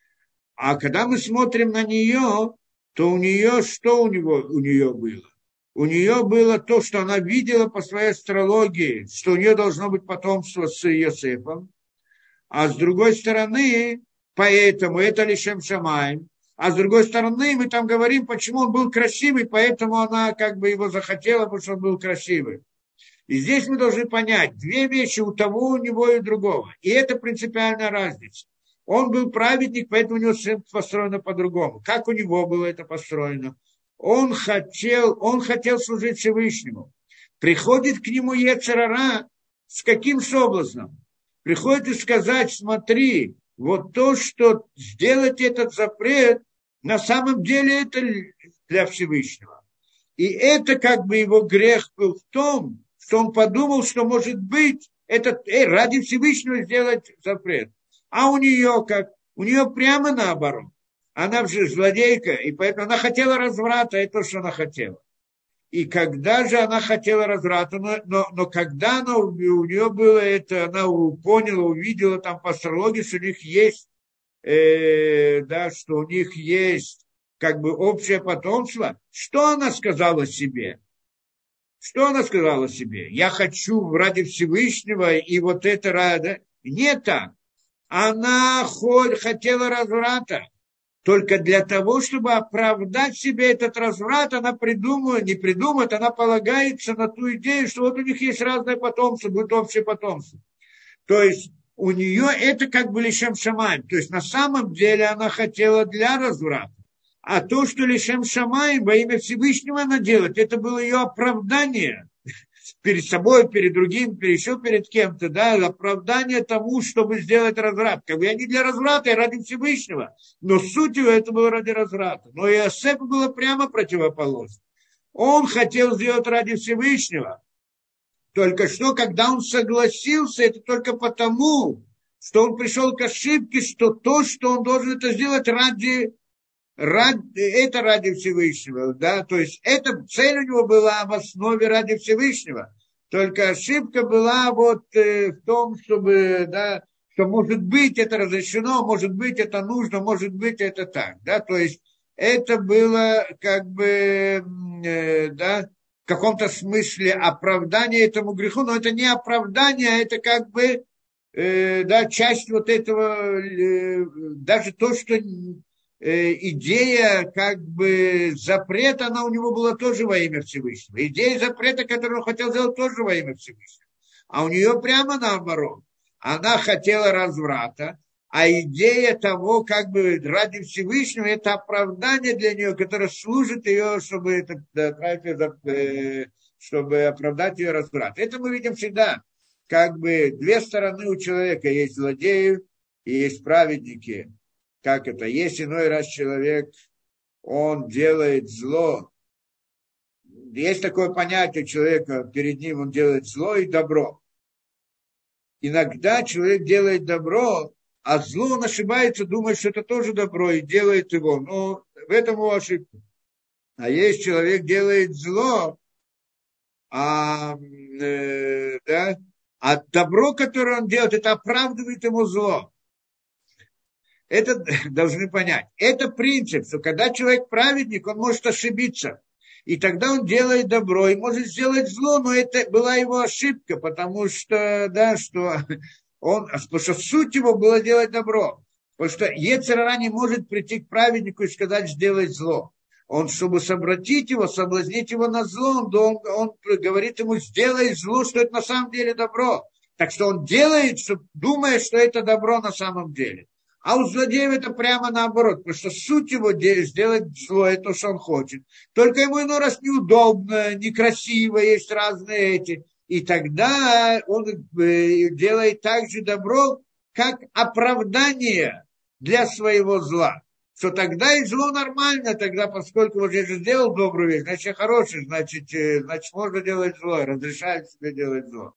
А когда мы смотрим на нее, то у нее, что у него, у нее было? У нее было то, что она видела по своей астрологии, что у нее должно быть потомство с Йосефом. А с другой стороны, поэтому это Лишем Шамаим. А с другой стороны, мы там говорим, почему он был красивый, поэтому она как бы его захотела, потому что он был красивый. И здесь мы должны понять, две вещи у того, у него и у другого. И это принципиальная разница. Он был праведник, поэтому у него все построено по-другому. Как у него было это построено? Он хотел, он хотел служить Всевышнему. Приходит к нему Йецер ара с каким соблазном? Приходит и сказать, смотри, вот то, что сделать этот запрет, на самом деле это для Всевышнего. И это как бы его грех был в том, что он подумал, что может быть это э, ради Всевышнего сделать запрет. А у нее как? У нее прямо наоборот. Она же злодейка, и поэтому она хотела разврата, это то, что она хотела. И когда же она хотела разврата, но, но, но когда она, у нее было это, она поняла, увидела там по астрологии, что у них есть, э, да, что у них есть как бы общее потомство, что она сказала себе? Что она сказала себе? Я хочу ради Всевышнего, и вот это ради... Не так. Она хоть хотела разврата. Только для того, чтобы оправдать себе этот разврат, она придумывает, не придумывает, она полагается на ту идею, что вот у них есть разное потомство, будет общее потомство. То есть у нее это как бы Лишем Шамаим. То есть на самом деле она хотела для разврата. А то, что Лишем Шамаим во имя Всевышнего она делает, это было ее оправдание перед собой, перед другим, еще перед кем-то, да, оправдание тому, чтобы сделать разврат. Как бы я не для разврата, я ради Всевышнего. Но суть его это было ради разврата. Но Иосифу было прямо противоположно. Он хотел сделать ради Всевышнего. Только что, когда он согласился, это только потому, что он пришел к ошибке, что то, что он должен это сделать ради Ради, это ради Всевышнего, да, то есть эта цель у него была в основе ради Всевышнего, только ошибка была вот э, в том, чтобы, да, что может быть это разрешено, может быть это нужно, может быть это так, да, то есть это было как бы, э, да, в каком-то смысле оправдание этому греху, но это не оправдание, а это как бы, э, да, часть вот этого, э, даже то, что идея как бы запрета, она у него была тоже во имя Всевышнего. Идея запрета, которую он хотел сделать, тоже во имя Всевышнего. А у нее прямо наоборот. Она хотела разврата, а идея того, как бы ради Всевышнего, это оправдание для нее, которое служит ее, чтобы, это, чтобы оправдать ее разврат. Это мы видим всегда. Как бы две стороны у человека. Есть злодеи и есть праведники. Как это? Есть иной раз человек, он делает зло. Есть такое понятие человека, перед ним он делает зло и добро. Иногда человек делает добро, а зло он ошибается, думает, что это тоже добро, и делает его. Но в этом его ошибка. А есть человек делает зло, а, э, да, а добро, которое он делает, это оправдывает ему зло. Это должны понять. Это принцип, что когда человек праведник, он может ошибиться. И тогда он делает добро и может сделать зло, но это была его ошибка, потому что, да, что он, потому что суть его было делать добро. Потому что йецер гара не может прийти к праведнику и сказать, сделай зло. Он, чтобы собратить его, соблазнить его на зло, он, он, он говорит ему, сделай зло, что это на самом деле добро. Так что он делает, что, думая, что это добро на самом деле. А у злодеев это прямо наоборот, потому что суть его сделать зло, это то, что он хочет. Только ему иной раз неудобно, некрасиво, есть разные эти. И тогда он делает также добро, как оправдание для своего зла. Что тогда и зло нормально, тогда, поскольку вот я же сделал добрую вещь, значит, я хороший, значит, значит, можно делать зло, разрешаю себе делать зло.